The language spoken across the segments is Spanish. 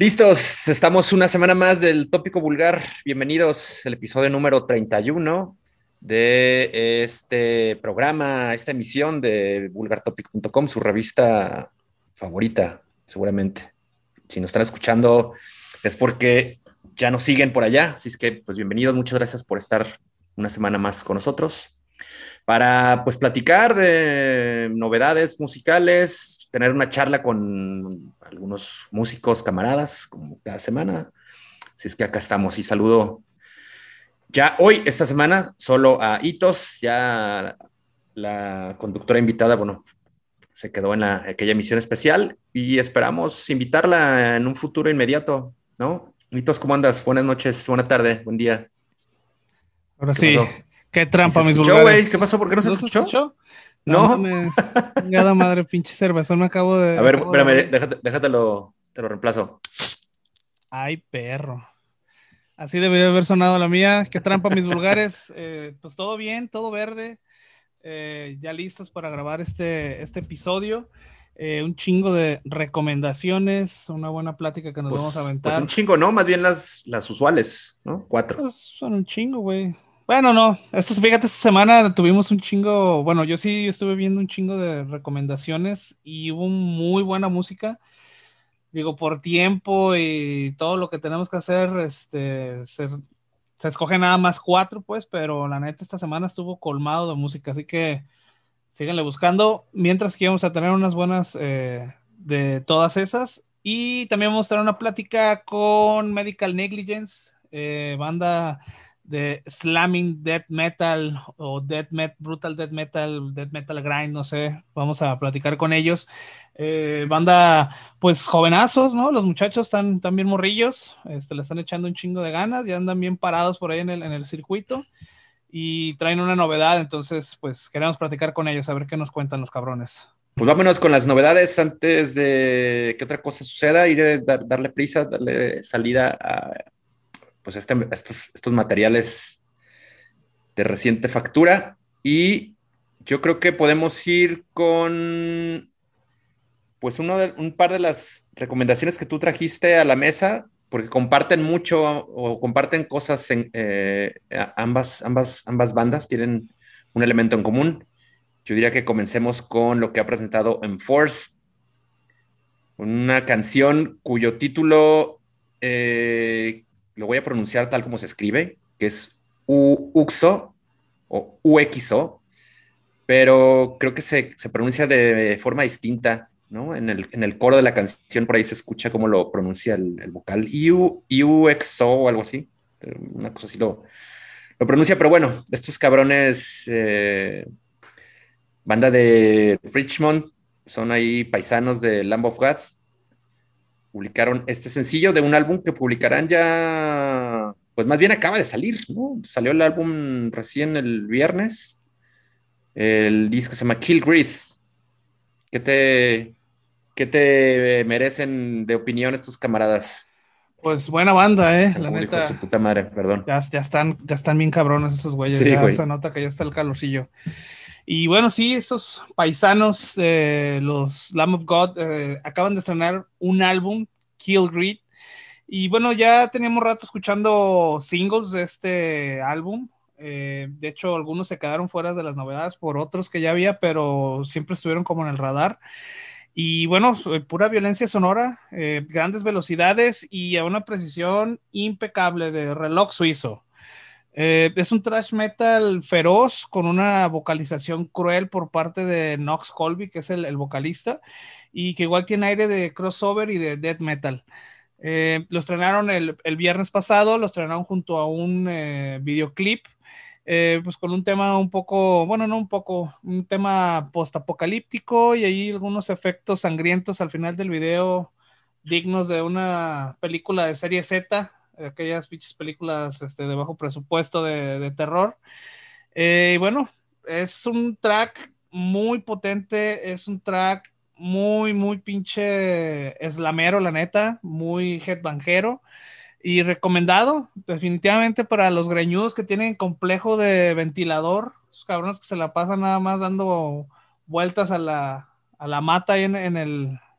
Listos, estamos una semana más del Tópico Vulgar. Bienvenidos al episodio número 31 de este programa, esta emisión de vulgartopic.com, su revista favorita, seguramente. Si nos están escuchando es porque ya nos siguen por allá, así es que pues bienvenidos, muchas gracias por estar una semana más con nosotros para pues platicar de novedades musicales, tener una charla con algunos músicos camaradas como cada semana. Así es que acá estamos y saludo ya hoy, esta semana, solo a Itos, ya la conductora invitada, bueno, se quedó en aquella emisión especial y esperamos invitarla en un futuro inmediato, ¿no? Itos, ¿cómo andas? Buenas noches, buena tarde, buen día. Ahora ¿Qué sí, pasó? qué ¿Y se trampa, mis escuchó, güey? ¿Qué vulgares. pasó? ¿Por qué no se ¿No se escuchó? escuchó? No No. mames. Chingada madre, pinche cervezón me A ver, acabo de espérame, abrir. déjatelo, te lo reemplazo. Ay, perro. Así debería haber sonado la mía. Qué trampa, mis vulgares. Pues todo bien, todo verde. Ya listos para grabar este episodio. Un chingo de recomendaciones, una buena plática que nos vamos a Pues un aventar. chingo, ¿no? Más bien las usuales, ¿no? Cuatro. Pues son un chingo, güey. Bueno, no, fíjate, esta semana tuvimos un chingo, bueno, yo sí estuve viendo un chingo de recomendaciones y hubo muy buena música. Digo, por tiempo y todo lo que tenemos que hacer, se escoge nada más cuatro, pues, pero la neta esta semana estuvo colmado de música, así que síganle buscando, mientras que vamos a tener unas buenas de todas esas. Y también vamos a tener una plática con Medical Negligence, banda de slamming death metal o brutal death metal grind, no sé. Vamos a platicar con ellos. Banda, pues jovenazos, ¿no? Los muchachos están bien morrillos, le están echando un chingo de ganas, ya andan bien parados por ahí en el circuito y traen una novedad, entonces pues queremos platicar con ellos, a ver qué nos cuentan los cabrones. Pues vámonos con las novedades antes de que otra cosa suceda, darle prisa, darle salida a pues estos materiales de reciente factura. Y yo creo que podemos ir con pues un par de las recomendaciones que tú trajiste a la mesa, porque comparten mucho o comparten cosas ambas bandas tienen un elemento en común. Yo diría que comencemos con lo que ha presentado Enforced, una canción cuyo título lo voy a pronunciar tal como se escribe, que es UXO o UXO, pero creo que se pronuncia de forma distinta, ¿no? En el coro de la canción por ahí se escucha cómo lo pronuncia el vocal, UXO o algo así, una cosa así lo pronuncia, pero bueno, estos cabrones, banda de Richmond, son ahí paisanos de Lamb of God, publicaron este sencillo de un álbum que publicarán ya, pues más bien acaba de salir, ¿no? Salió el álbum recién el viernes, el disco se llama Kill Greed. ¿Qué te, ¿Qué te merecen de opinión estos camaradas? Pues buena banda, la Como dijo su neta, puta madre, perdón. ya están bien cabrones esos güeyes, Sí, ya se güey. nota que ya está el calorcillo. Y bueno, sí, estos paisanos de los Lamb of God acaban de estrenar un álbum, Kill Greed, y bueno, ya teníamos rato escuchando singles de este álbum. De hecho, algunos se quedaron fuera de las novedades por otros que ya había, pero siempre estuvieron como en el radar. Y bueno, pura violencia sonora, grandes velocidades y a una precisión impecable de reloj suizo. Es un thrash metal feroz con una vocalización cruel por parte de Knox Colby, que es el vocalista, y que igual tiene aire de crossover y de death metal. Lo estrenaron el viernes pasado, lo estrenaron junto a un videoclip, pues con un tema un poco, bueno, no un poco, un tema postapocalíptico y ahí algunos efectos sangrientos al final del video dignos de una película de serie Z, aquellas pinches películas de bajo presupuesto de terror. Y bueno, es un track muy potente, es un track muy pinche slamero, la neta, muy headbangero y recomendado definitivamente para los greñudos que tienen complejo de ventilador, esos cabrones que se la pasan nada más dando vueltas a la mata ahí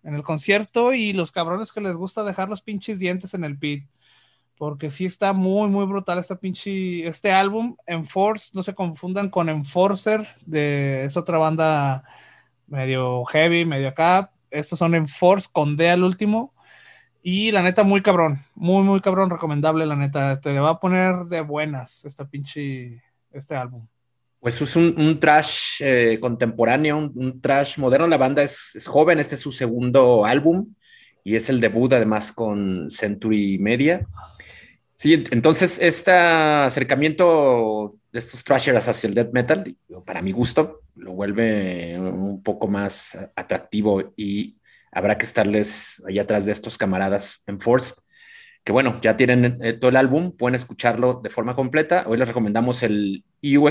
en el concierto y los cabrones que les gusta dejar los pinches dientes en el pit. Porque sí está muy, muy brutal este álbum. Enforce, no se confundan con Enforcer, es otra banda medio heavy, medio acá. Estos son Enforce con D al último. Y la neta, muy cabrón, muy, muy cabrón, recomendable, la neta. Te va a poner de buenas este álbum. Pues es un trash contemporáneo, un trash moderno. La banda es joven, este es su segundo álbum y es el debut además con Century Media. Sí, entonces este acercamiento de estos thrashers hacia el death metal, para mi gusto, lo vuelve un poco más atractivo y habrá que estarles ahí atrás de estos camaradas en Force, que bueno, ya tienen todo el álbum, pueden escucharlo de forma completa. Hoy les recomendamos el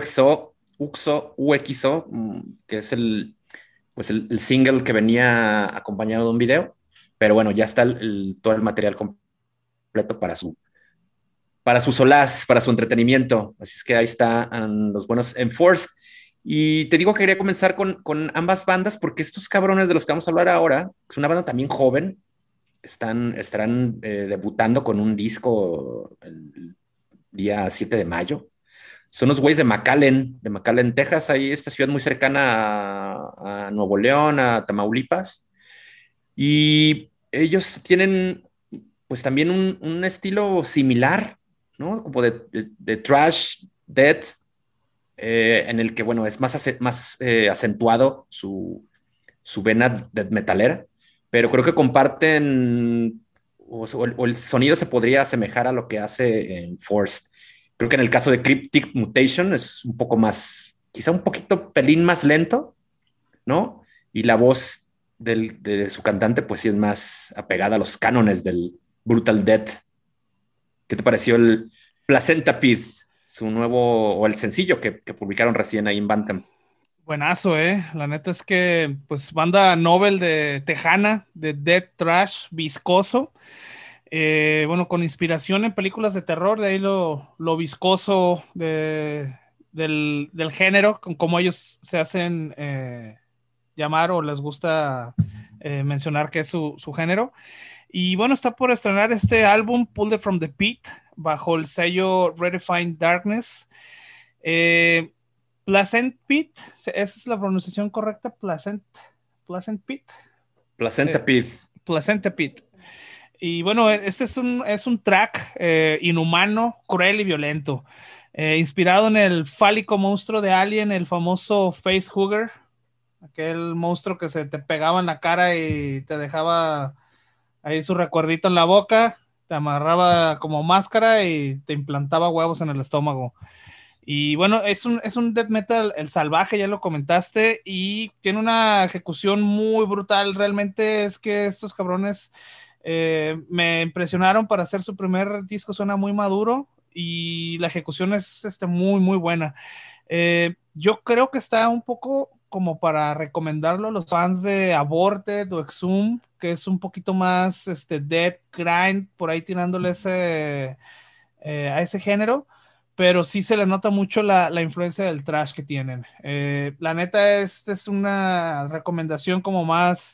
UXO, que es el single que venía acompañado de un video, pero bueno, ya está todo el material completo para su solaz, para su entretenimiento. Así es que ahí están los buenos Enforced. Y te digo que quería comenzar con ambas bandas porque estos cabrones de los que vamos a hablar ahora, es una banda también joven, estarán debutando con un disco el día 7 de mayo. Son los güeyes de McAllen, Texas, ahí esta ciudad muy cercana a Nuevo León, a Tamaulipas. Y ellos tienen pues también un estilo similar, ¿no? Como de thrash, death, en el que, bueno, es más acentuado su vena death metalera, pero creo que comparten, o el sonido se podría asemejar a lo que hace en Forced. Creo que en el caso de Cryptic Mutation es un poco más, quizá un poquito pelín más lento, ¿no? Y la voz de su cantante, pues sí es más apegada a los cánones del Brutal Death. ¿Qué te pareció el Placenta Pith, su nuevo, o el sencillo que publicaron recién ahí en Bandcamp? Buenazo, la neta es que, pues, banda novel de Tejana, de death trash, viscoso. Bueno, con inspiración en películas de terror, de ahí lo viscoso del género, con cómo ellos se hacen llamar o les gusta mencionar que es su género. Y bueno, está por estrenar este álbum, Pulled From the Pit, bajo el sello Redefined Darkness. Placent Pit, ¿esa es la pronunciación correcta? Placent Pit. Placenta Pith. Placenta Pit. Y bueno, este es un track inhumano, cruel y violento, inspirado en el fálico monstruo de Alien, el famoso Facehugger, aquel monstruo que se te pegaba en la cara y te dejaba ahí su recuerdito en la boca, te amarraba como máscara y te implantaba huevos en el estómago. Y bueno, es un death metal, el salvaje, ya lo comentaste, y tiene una ejecución muy brutal. Realmente es que estos cabrones me impresionaron para hacer su primer disco, suena muy maduro y la ejecución es muy, muy buena. Yo creo que está un poco como para recomendarlo a los fans de Aborted o Exhum, que es un poquito más death grind, por ahí tirándole a ese género, pero sí se le nota mucho la influencia del thrash que tienen. La neta, es una recomendación como más,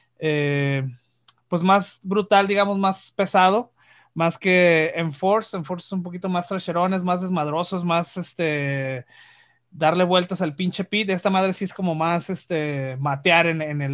pues más brutal, digamos, más pesado, más que Enforce. Enforce es un poquito más trasherones, más desmadrosos, más darle vueltas al pinche pit. Esta madre sí es como más matear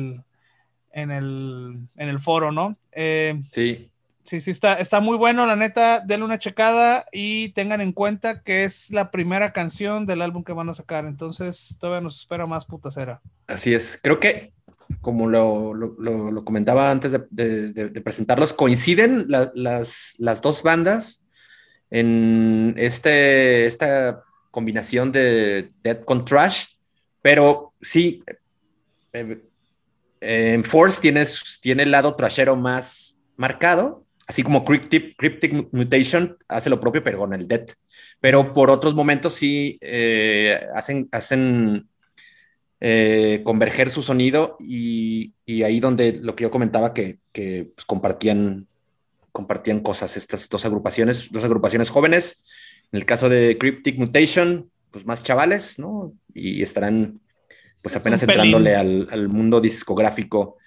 en el foro, ¿no? Sí. Sí, sí, está muy bueno, la neta, denle una checada y tengan en cuenta que es la primera canción del álbum que van a sacar, entonces todavía nos espera más putacera. Así es. Creo que, como lo comentaba antes de presentarlos, coinciden las dos bandas en esta combinación de death con trash, pero sí, eh, en Force tiene el lado trashero más marcado, así como Cryptic Mutation hace lo propio, pero con el death. Pero por otros momentos sí hacen converger su sonido y ahí donde lo que yo comentaba que pues, compartían cosas estas dos agrupaciones jóvenes. En el caso de Cryptic Mutation, pues más chavales, ¿no? Y estarán pues Es un apenas entrándole pelín. al mundo discográfico.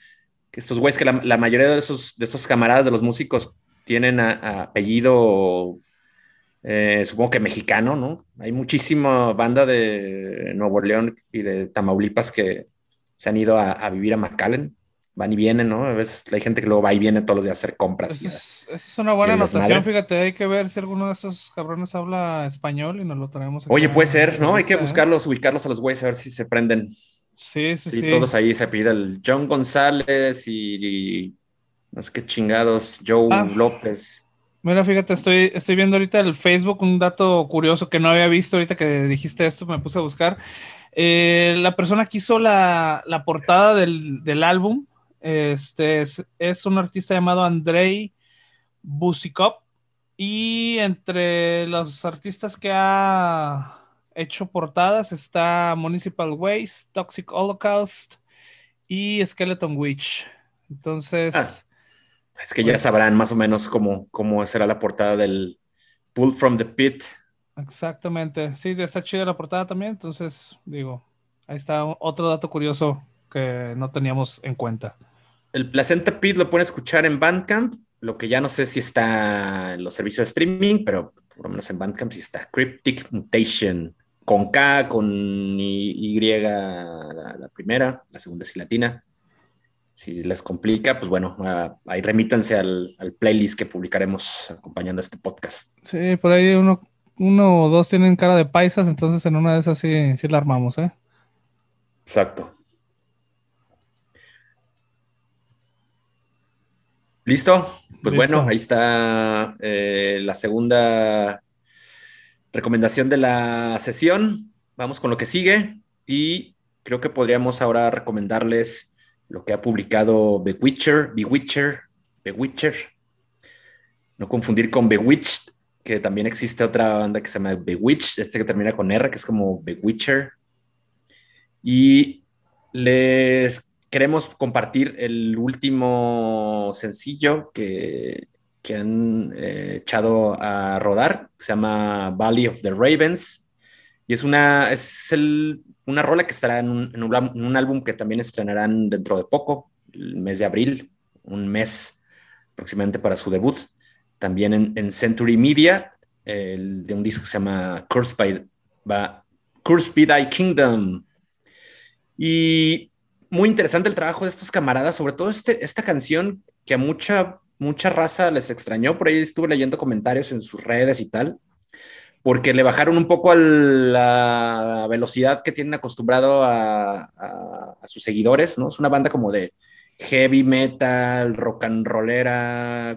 Que estos güeyes, que la mayoría de esos camaradas de los músicos tienen a apellido, supongo que mexicano, ¿no? Hay muchísima banda de Nuevo León y de Tamaulipas que se han ido a vivir a McAllen. Van y vienen, ¿no? A veces hay gente que luego va y viene todos los días a hacer compras Esa es una y buena el anotación, desmadre. fíjate, hay que ver si alguno de esos cabrones habla español y nos lo traemos aquí Oye, a puede la ser, ¿no? Hay que entrevista, ¿eh? buscarlos, ubicarlos a los güeyes, a ver si se prenden. Sí, sí, Sí, sí. todos ahí se pide el John González y no sé qué chingados, Joe Ah, López. mira, fíjate, estoy viendo ahorita el Facebook un dato curioso que no había visto ahorita que dijiste esto, me puse a buscar. La persona que hizo la portada del álbum es un artista llamado Andrei Busikov. Y entre los artistas que ha hecho portadas está Municipal Waste, Toxic Holocaust y Skeleton Witch. Ah, Entonces, es que ya pues sabrán más o menos cómo será la portada del Pull from the Pit. exactamente. Sí, está chida la portada también. Entonces, digo, ahí está otro dato curioso que no teníamos en cuenta. El Placenta Pit lo pueden escuchar en Bandcamp, lo que ya no sé si está en los servicios de streaming, pero por lo menos en Bandcamp sí está. Cryptic Mutation, con K, con Y, la primera, la segunda es latina. Si les complica, pues bueno, ahí remítanse al playlist que publicaremos acompañando este podcast. Sí, por ahí uno o dos tienen cara de paisas, entonces en una de esas sí la armamos, ¿eh? Exacto. ¿Listo? Pues bueno, Listo. ahí está la segunda recomendación de la sesión. Vamos con lo que sigue y creo que podríamos ahora recomendarles lo que ha publicado Bewitcher, no confundir con Bewitched, que también existe otra banda que se llama Bewitched, que termina con R, que es como Bewitcher. Y les queremos compartir el último sencillo que han echado a rodar, se llama Valley of the Ravens. Y una rola que estará en un álbum que también estrenarán dentro de poco, el mes de abril, un mes aproximadamente para su debut. También en Century Media, de un disco que se llama Cursed Be Thy Kingdom. Y muy interesante el trabajo de estos camaradas, sobre todo esta canción que a mucha raza les extrañó. Por ahí estuve leyendo comentarios en sus redes y tal, porque le bajaron un poco a la velocidad que tienen acostumbrado a sus seguidores, ¿no? Es una banda como de heavy metal, rock and rollera,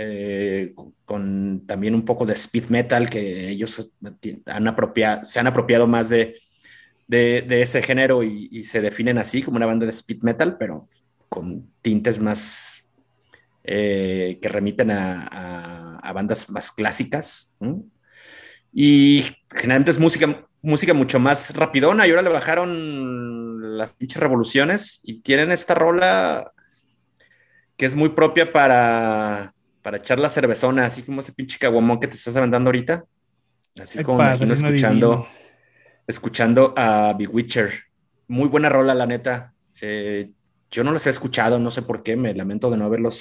con también un poco de speed metal, que ellos se han apropiado más de ese género y se definen así como una banda de speed metal, pero con tintes más que remiten a bandas más clásicas, ¿no? Y generalmente es música mucho más rapidona y ahora le bajaron las pinches revoluciones y tienen esta rola que es muy propia para echar la cervezona, así como ese pinche caguamón que te estás aventando ahorita. Así es Ay, como me imagino padrino divino. escuchando a Bewitcher. Muy buena rola, la neta. Yo no los he escuchado, no sé por qué, me lamento de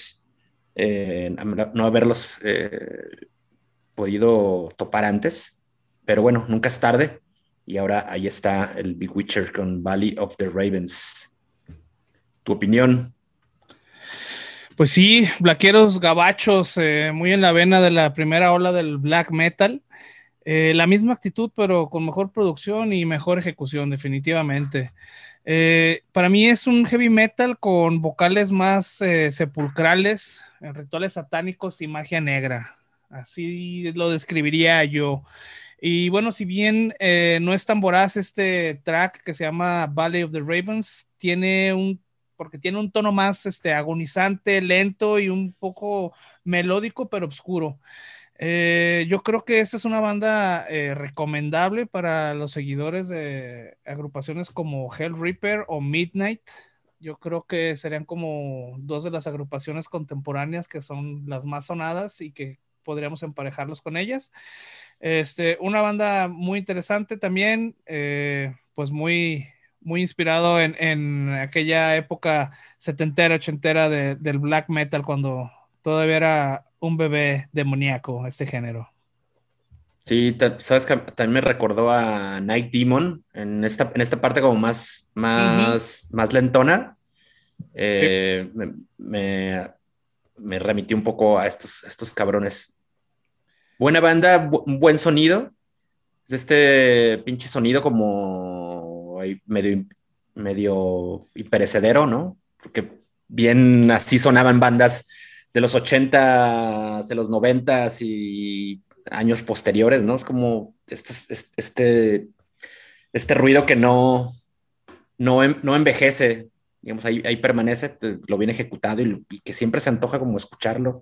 no haberlos podido topar antes, pero bueno, nunca es tarde. Y ahora ahí está el Bewitcher con Valley of the Ravens. ¿Tu opinión? Pues sí, blaqueros gabachos, muy en la vena de la primera ola del black metal. La misma actitud, pero con mejor producción y mejor ejecución, definitivamente. Para mí es un heavy metal con vocales más sepulcrales, rituales satánicos y magia negra. Así lo describiría yo. Y bueno, si bien no es tan voraz este track que se llama Valley of the Ravens, porque tiene un tono más agonizante, lento y un poco melódico, pero oscuro. Yo creo que esta es una banda recomendable para los seguidores de agrupaciones como Hell Reaper o Midnight. Yo creo que serían como dos de las agrupaciones contemporáneas que son las más sonadas y que podríamos emparejarlos con ellas. Una banda muy interesante también, pues muy, muy inspirado en aquella época setentera, ochentera del black metal, cuando todavía era un bebé demoníaco este género. Sí, sabes que también me recordó a Night Demon en esta parte como Ujú. más lentona. Sí. Eh, me, me- me remitió un poco a estos cabrones. Buena banda, un buen sonido. Es este pinche sonido como ahí medio imperecedero, ¿no? Porque bien así sonaban bandas de los 80, de los 90 y años posteriores, ¿no? Es como este ruido que no envejece, digamos, ahí permanece, lo bien ejecutado y que siempre se antoja como escucharlo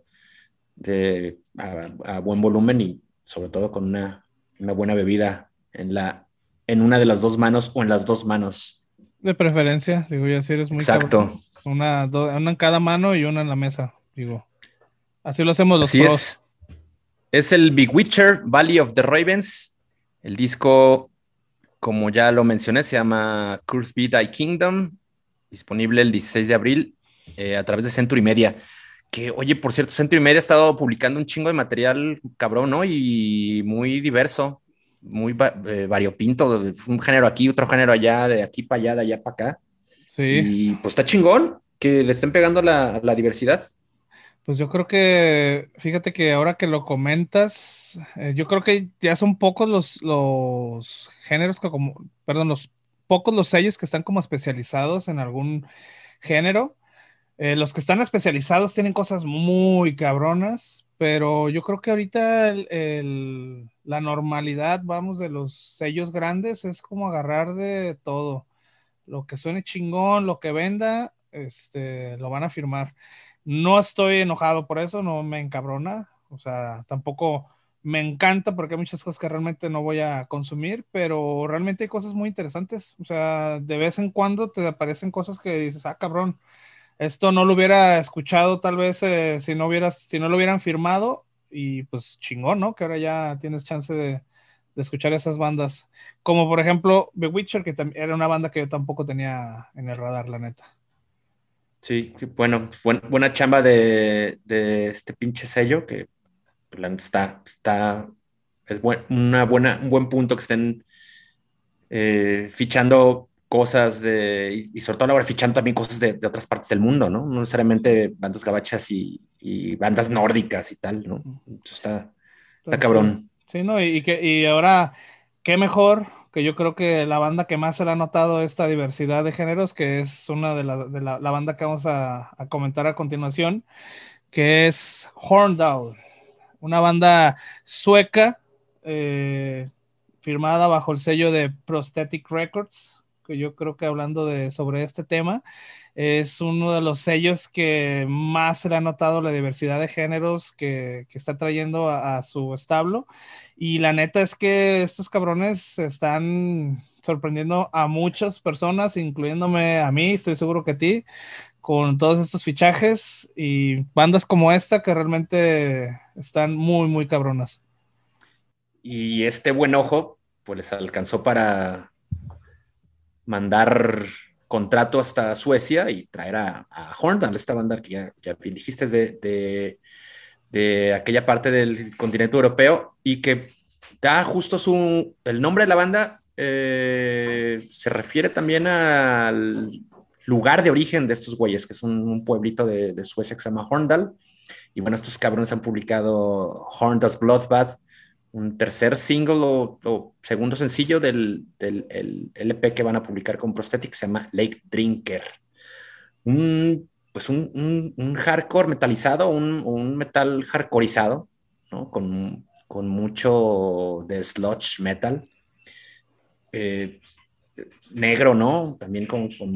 a buen volumen y sobre todo con una buena bebida en una de las dos manos o en las dos manos. De preferencia, digo, ya si eres muy cabrón, Exacto. una en cada mano y una en la mesa, digo. Así lo hacemos los Así pros. es. Es el Big Witcher, Valley of the Ravens. El disco, como ya lo mencioné, se llama Curse Be Thy Kingdom, disponible el 16 de abril a través de Century Media. Que, oye, por cierto, Century Media ha estado publicando un chingo de material cabrón, ¿no? Y muy diverso, muy variopinto, un género aquí, otro género allá, de aquí para allá, de allá para acá. Sí, Y pues está chingón que le estén pegando la diversidad. pues yo creo que, fíjate que ahora que lo comentas, yo creo que ya son pocos los géneros que como, perdón, los pocos los sellos que están como especializados en algún género. Los que están especializados tienen cosas muy cabronas, pero yo creo que ahorita la normalidad, vamos, de los sellos grandes es como agarrar de todo. Lo que suene chingón, lo que venda, lo van a firmar. No estoy enojado por eso, no me encabrona, o sea, tampoco me encanta porque hay muchas cosas que realmente no voy a consumir, pero realmente hay cosas muy interesantes, o sea, de vez en cuando te aparecen cosas que dices, ah, cabrón, esto no lo hubiera escuchado tal vez si no lo hubieran firmado y pues chingón, ¿no? Que ahora ya tienes chance de escuchar esas bandas. Como por ejemplo The Witcher, que era una banda que yo tampoco tenía en el radar, la neta. Sí, bueno, buena chamba de este pinche sello que pues, la neta es un buen punto que estén fichando cosas y sobre todo ahora fichando también cosas de otras partes del mundo, ¿no? No necesariamente bandas gabachas y bandas nórdicas y tal, ¿no? Eso está Tan chido. cabrón. Sí, ¿no? Y ahora, qué mejor que yo creo que la banda que más se le ha notado esta diversidad de géneros, que es una la banda que vamos a comentar a continuación, que es Horndal, una banda sueca, eh, firmada bajo el sello de Prosthetic Records, que yo creo que hablando sobre este tema, es uno de los sellos que más se le ha notado la diversidad de géneros que está trayendo a su establo. Y la neta es que estos cabrones están sorprendiendo a muchas personas, incluyéndome a mí, estoy seguro que a ti, con todos estos fichajes y bandas como esta que realmente están muy, muy cabronas. Y este buen ojo, pues les alcanzó para mandar contrato hasta Suecia y traer a Horndal, esta banda que ya bien dijiste es de aquella parte del continente europeo y que da justo el nombre de la banda se refiere también al lugar de origen de estos güeyes, que es un pueblito de Suecia que se llama Horndal. Y bueno, estos cabrones han publicado Horndal's Bloodbath, un tercer single o segundo sencillo del el LP que van a publicar con Prosthetic, se llama Lake Drinker. Pues un hardcore metalizado, un metal hardcoreizado, ¿no? Con mucho de sludge metal. Eh, negro, ¿no? También con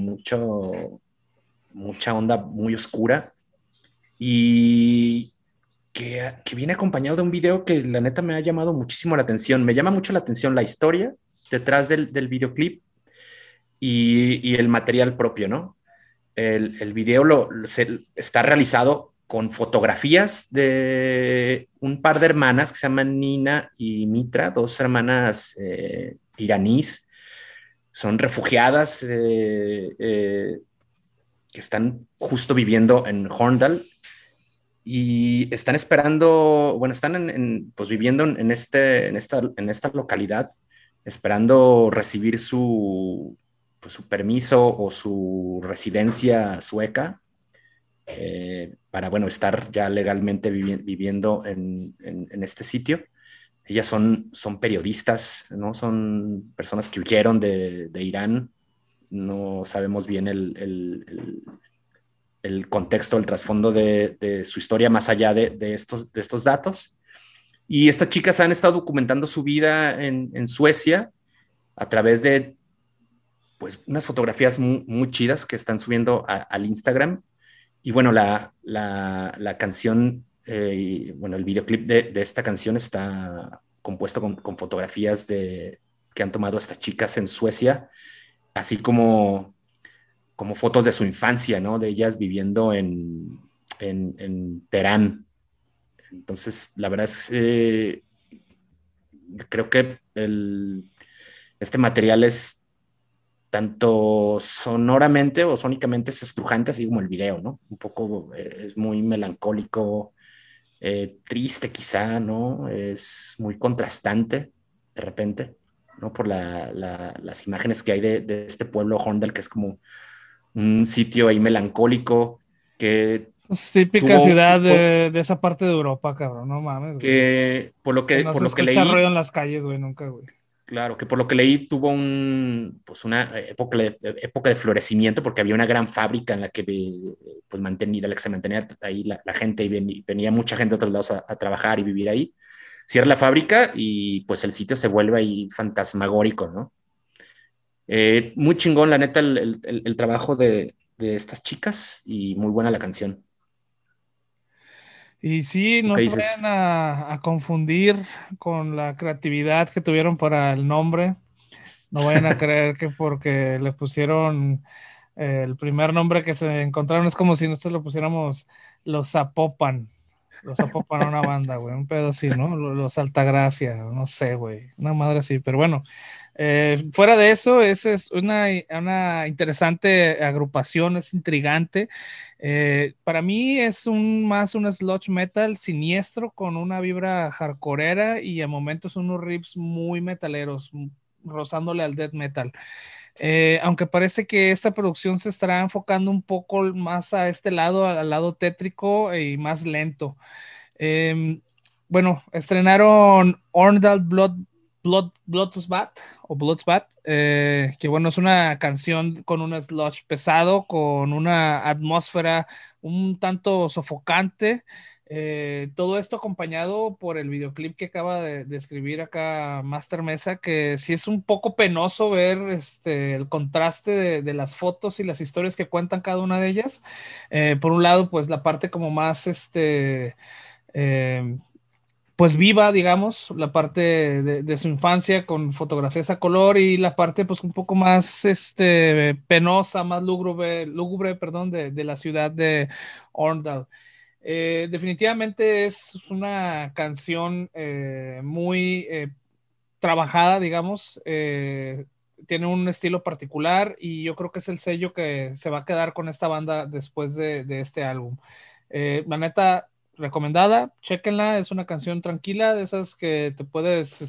mucha onda muy oscura. Y que viene acompañado de un video que la neta me ha llamado muchísimo la atención. Me llama mucho la atención la historia detrás del videoclip y el material propio, ¿no? El video está realizado con fotografías de un par de hermanas que se llaman Nina y Mitra, dos hermanas iraníes, son refugiadas que están justo viviendo en Horndal y están esperando, bueno, están pues viviendo en esta localidad, esperando recibir pues, su permiso o su residencia sueca para, bueno, estar ya legalmente viviendo en este sitio. Ellas son periodistas, ¿no? Son personas que huyeron de Irán. No sabemos bien el contexto, el trasfondo de su historia más allá de estos datos. Y estas chicas han estado documentando su vida en Suecia a través de pues, unas fotografías muy chidas que están subiendo al Instagram. Y bueno, la canción, bueno, el videoclip de esta canción está compuesto con fotografías que han tomado estas chicas en Suecia, así como fotos de su infancia, ¿no? De ellas viviendo en Teherán. Entonces, la verdad es, creo que este material es tanto sonoramente o sónicamente es estrujante, así como el video, ¿no? Un poco es muy melancólico, triste quizá, ¿no? Es muy contrastante de repente, ¿no? Por las imágenes que hay de este pueblo Horndal, que es como un sitio ahí melancólico que Es típica ciudad de esa parte de Europa, cabrón, no mames, güey. que Que no por se lo que escucha ruido leí, en las calles, güey, nunca, güey. claro, que por lo que leí tuvo pues una época de florecimiento porque había una gran fábrica en la que pues mantenía, la que se mantenía ahí la gente y venía mucha gente de otros lados a trabajar y vivir ahí. Cierra la fábrica y pues el sitio se vuelve ahí fantasmagórico, ¿no? Muy chingón, la neta, el trabajo de estas chicas y muy buena la canción. Y sí, ¿Tú no qué se vayan dices? a confundir con la creatividad que tuvieron para el nombre. No vayan a creer que porque le pusieron el primer nombre que se encontraron es como si nosotros le pusiéramos los Zapopan. Los Zapopan a una banda, güey. Un pedo así, ¿no? Los Altagracia, no sé, güey. Una madre así, pero bueno. Fuera de eso, es una interesante agrupación, es intrigante. Para mí es más un sludge metal siniestro con una vibra hardcoreera y a momentos unos riffs muy metaleros, rozándole al death metal. Aunque parece que esta producción se estará enfocando un poco más a este lado, al lado tétrico y más lento. Eh, bueno, estrenaron Orndal Bloodbath o Bloodsbat, que bueno, es una canción con un sludge pesado, con una atmósfera un tanto sofocante. Todo esto acompañado por el videoclip que acaba de escribir acá Master Mesa, que sí es un poco penoso ver el contraste de las fotos y las historias que cuentan cada una de ellas. Por un lado, pues la parte como más eh, pues viva, digamos, la parte de su infancia con fotografías a color y la parte pues un poco más penosa, más lúgubre, perdón, de la ciudad de Orndal. Definitivamente es una canción muy trabajada, digamos, tiene un estilo particular y yo creo que es el sello que se va a quedar con esta banda después de este álbum. La neta, recomendada, chéquenla, es una canción tranquila, de esas que te puedes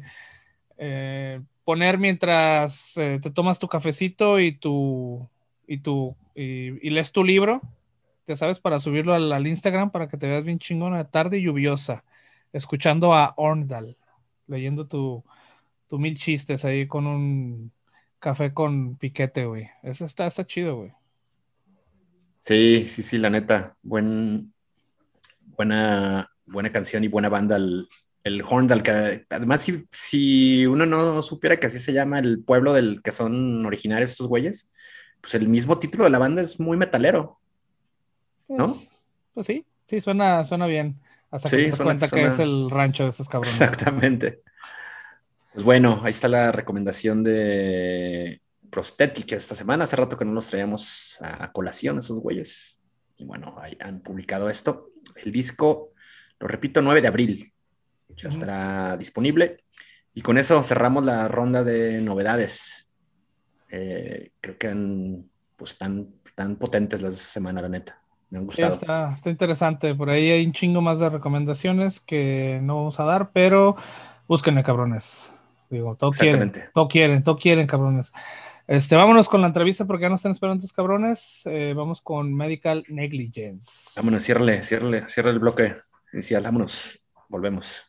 poner mientras te tomas tu cafecito y lees tu libro, ya sabes, para subirlo al Instagram para que te veas bien chingona, tarde y lluviosa, escuchando a Orndal, leyendo tu mil chistes ahí con un café con piquete, güey. Eso está chido, güey. Sí, sí, sí, la neta. Buena canción y buena banda el Horndal, que además si uno no supiera que así se llama el pueblo del que son originarios estos güeyes, pues el mismo título de la banda es muy metalero, ¿no? Pues sí, sí, suena bien. Hasta que te Sí, das cuenta que es suena el rancho de esos cabrones. exactamente. Pues bueno, ahí está la recomendación de Prosthetic esta semana. Hace rato que no nos traíamos a colación esos güeyes. Y bueno, ahí han publicado esto. El disco, lo repito, 9 de abril. Ya Ujú. estará disponible. Y con eso cerramos la ronda de novedades. Creo que pues tan potentes las de esta semana, la neta. Me han Sí, gustado. está interesante. Por ahí hay un chingo más de recomendaciones que no vamos a dar, pero búsquenle, cabrones. Digo, Exactamente. todo quieren, cabrones. Vámonos con la entrevista porque ya no están esperando estos cabrones. Vamos con Medical Negligence. Vámonos, cierra el bloque inicial. Vámonos, volvemos.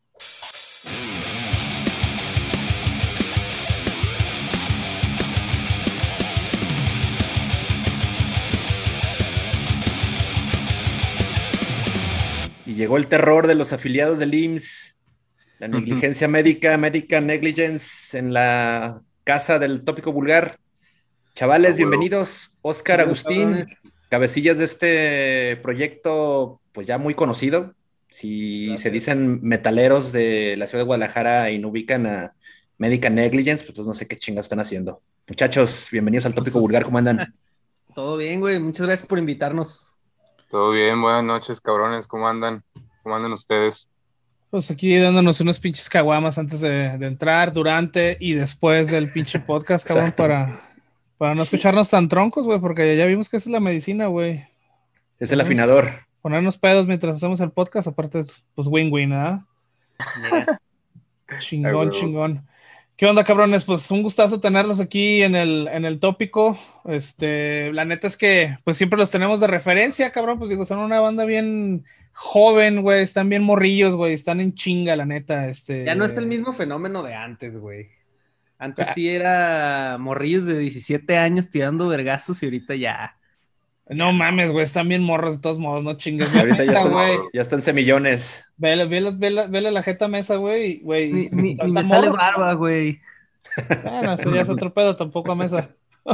Y llegó el terror de los afiliados del IMSS, la negligencia médica, American Negligence en la casa del tópico vulgar. Chavales, bienvenidos. Oscar, Agustín, cabecillas de este proyecto, pues ya muy conocido. Si Gracias. se dicen metaleros de la ciudad de Guadalajara y no ubican a Medical Negligence, pues no sé qué chingados están haciendo. Muchachos, bienvenidos al tópico vulgar, ¿cómo andan? Todo bien, güey. Muchas gracias por invitarnos. Todo bien, buenas noches, cabrones, ¿cómo andan? ¿Cómo andan ustedes? Pues aquí dándonos unos pinches caguamas antes de entrar, durante y después del pinche podcast, cabrón, para no escucharnos tan troncos, güey, porque ya vimos que esa es la medicina, güey. Es el afinador. Ponernos pedos mientras hacemos el podcast, aparte, pues win-win, ¿ah? Yeah. Chingón. ¿Qué onda, cabrones? Pues un gustazo tenerlos aquí en el tópico. La neta es que pues siempre los tenemos de referencia, cabrón. Pues digo, son una banda bien joven, güey. Están bien morrillos, güey. Están en chinga, la neta. Ya no es el mismo fenómeno de antes, güey. Antes sí era morrillos de 17 años tirando vergazos y ahorita ya. No mames, güey. Están bien morros de todos modos, no chingues. Ahorita güey. ya están semillones. Vele la jeta mesa, güey. Ni me sale barba, güey. Bueno, eso ya es otro pedo, tampoco a mesa.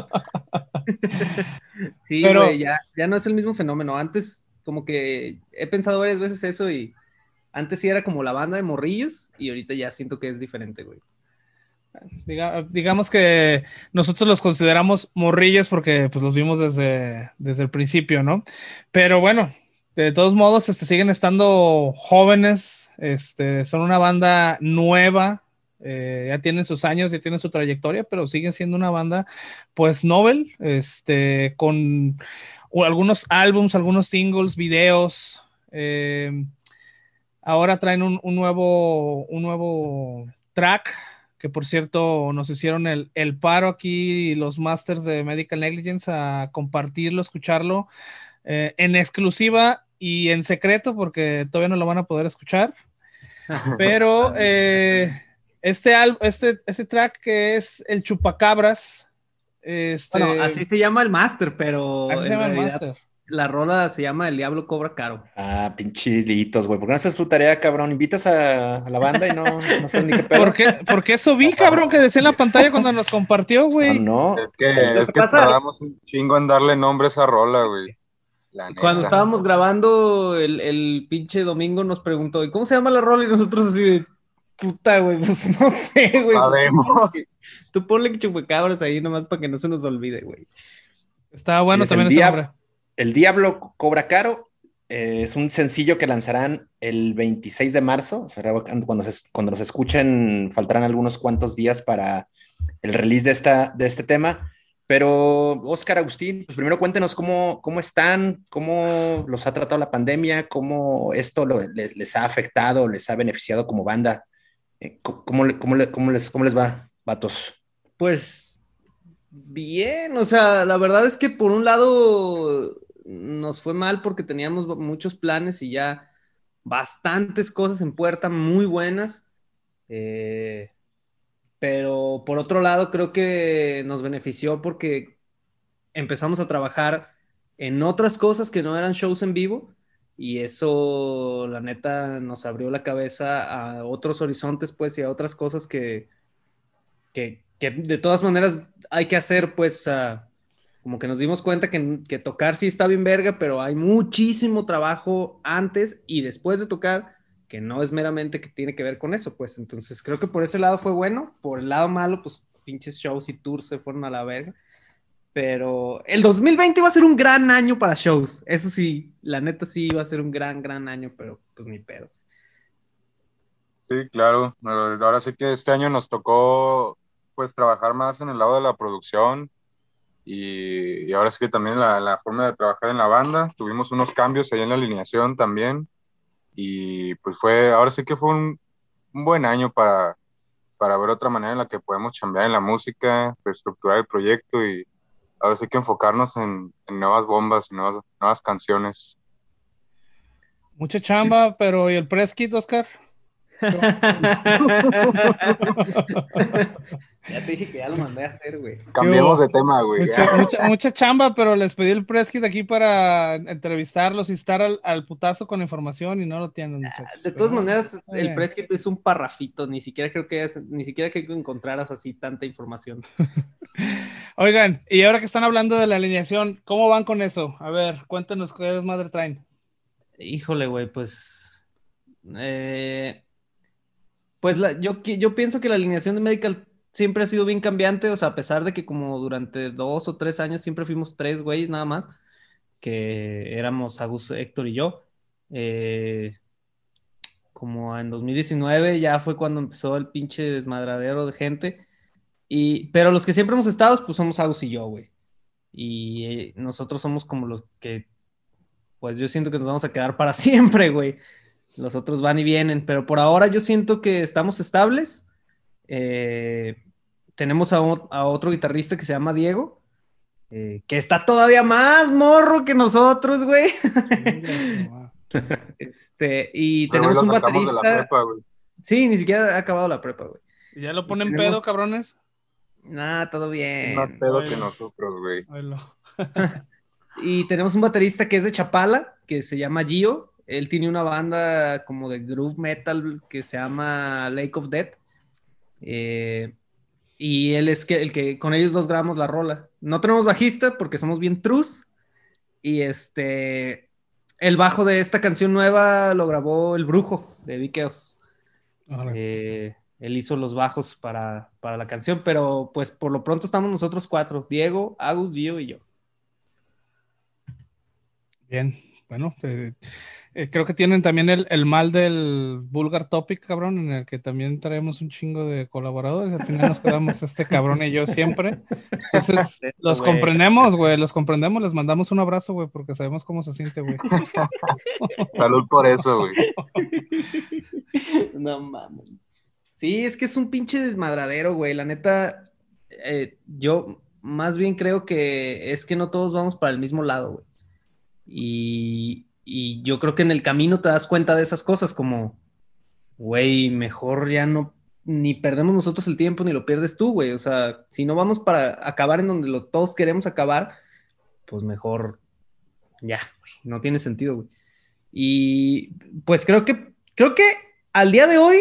Sí, güey, ya no es el mismo fenómeno. Antes, como que he pensado varias veces eso y antes sí era como la banda de morrillos y ahorita ya siento que es diferente, güey. Digamos que nosotros los consideramos morrillos porque pues los vimos desde el principio, ¿no? Pero bueno, de todos modos, siguen estando jóvenes, son una banda nueva, ya tienen sus años, ya tienen su trayectoria, pero siguen siendo una banda, pues, novel, con algunos álbums, algunos singles, videos. Ahora traen un nuevo track, que por cierto nos hicieron el paro aquí los masters de Medical Negligence a compartirlo, escucharlo en exclusiva y en secreto porque todavía no lo van a poder escuchar. Pero este track que es el Chupacabras. Bueno, así se llama el máster, pero así se llama el máster. La rola se llama El Diablo Cobra Caro. Ah, pinchilitos, güey. ¿Por qué no haces tu tarea, cabrón? Invitas a la banda y no sabes ni qué pedo. Porque eso vi, cabrón, que decía en la pantalla cuando nos compartió, güey. No. Es que tardamos un chingo en darle nombre a esa rola, güey. Cuando estábamos grabando el pinche domingo nos preguntó, ¿y cómo se llama la rola? Y nosotros así de, puta, güey, pues no sé, güey. Sabemos. Tú ponle Chupacabras ahí nomás para que no se nos olvide, güey. Está bueno, sí, también ese nombre. El Diablo Cobra Caro es un sencillo que lanzarán el 26 de marzo. O sea, cuando nos escuchen, faltarán algunos cuantos días para el release de este tema. Pero, Oscar, Agustín, pues primero cuéntenos cómo están, cómo los ha tratado la pandemia, cómo esto les ha afectado, les ha beneficiado como banda. ¿Cómo les va, vatos? Pues bien, o sea, la verdad es que por un lado nos fue mal porque teníamos muchos planes y ya bastantes cosas en puerta muy buenas. Pero por otro lado creo que nos benefició porque empezamos a trabajar en otras cosas que no eran shows en vivo y eso la neta nos abrió la cabeza a otros horizontes pues y a otras cosas que de todas maneras hay que hacer pues, o sea, como que nos dimos cuenta que tocar sí está bien verga, pero hay muchísimo trabajo antes y después de tocar que no es meramente que tiene que ver con eso, pues. Entonces creo que por ese lado fue bueno. Por el lado malo, pues pinches shows y tours se fueron a la verga. Pero el 2020 va a ser un gran año para shows. Eso sí, la neta sí va a ser un gran año, pero pues ni pedo. Sí, claro. Ahora sí que este año nos tocó pues trabajar más en el lado de la producción y ahora sí que también la forma de trabajar en la banda. Tuvimos unos cambios ahí en la alineación también y pues ahora sí que fue un buen año para ver otra manera en la que podemos chambear en la música, reestructurar el proyecto y ahora sí que enfocarnos en nuevas bombas, nuevas canciones. Mucha chamba, pero ¿y el press kit, Oscar? Ya te dije que ya lo mandé a hacer, güey. Cambiemos de tema, güey. Mucha chamba, pero les pedí el press kit aquí para entrevistarlos y estar al putazo con la información y no lo tienen, muchachos. De todas maneras, está el bien. press kit es un parrafito, ni siquiera creo que encontraras así tanta información. Oigan, y ahora que están hablando de la alineación, ¿cómo van con eso? A ver, cuéntenos qué desmadre traen. Híjole, güey, pues... pues yo pienso que la alineación de Medical siempre ha sido bien cambiante, o sea, a pesar de que como durante 2 o 3 años siempre fuimos 3 güeyes nada más, que éramos Agus, Héctor y yo. Como en 2019 ya fue cuando empezó el pinche desmadradero de gente. Pero los que siempre hemos estado, pues somos Agus y yo, güey. Y nosotros somos como los que, pues yo siento que nos vamos a quedar para siempre, güey. Los otros van y vienen, pero por ahora yo siento que estamos estables. Tenemos a otro guitarrista que se llama Diego, que está todavía más morro que nosotros, güey. Y tenemos un baterista. De la prepa, güey. Sí, ni siquiera ha acabado la prepa, güey. ¿Ya lo ponen pedo, cabrones? Nah, todo bien. Más pedo que nosotros, güey. Y tenemos un baterista que es de Chapala, que se llama Gio. Él tiene una banda como de groove metal que se llama Lake of Death. Y él es el que con ellos 2 grabamos la rola. No tenemos bajista porque somos bien trus. Y el bajo de esta canción nueva lo grabó El Brujo de Viqueos. Él hizo los bajos para la canción, pero pues por lo pronto estamos nosotros 4, Diego, Agus, Gio y yo. Bien, bueno, creo que tienen también el mal del Vulgar Topic, cabrón, en el que también traemos un chingo de colaboradores. Al final nos quedamos este cabrón y yo siempre. Entonces, los comprendemos, güey, les mandamos un abrazo, güey, porque sabemos cómo se siente, güey. Salud por eso, güey. No mames. Sí, es que es un pinche desmadradero, güey. La neta, yo más bien creo que es que no todos vamos para el mismo lado, güey. Y yo creo que en el camino te das cuenta de esas cosas, como, güey, mejor ya no, ni perdemos nosotros el tiempo, ni lo pierdes tú, güey. O sea, si no vamos para acabar en donde todos queremos acabar, pues mejor ya, güey, no tiene sentido, güey. Y pues creo que al día de hoy,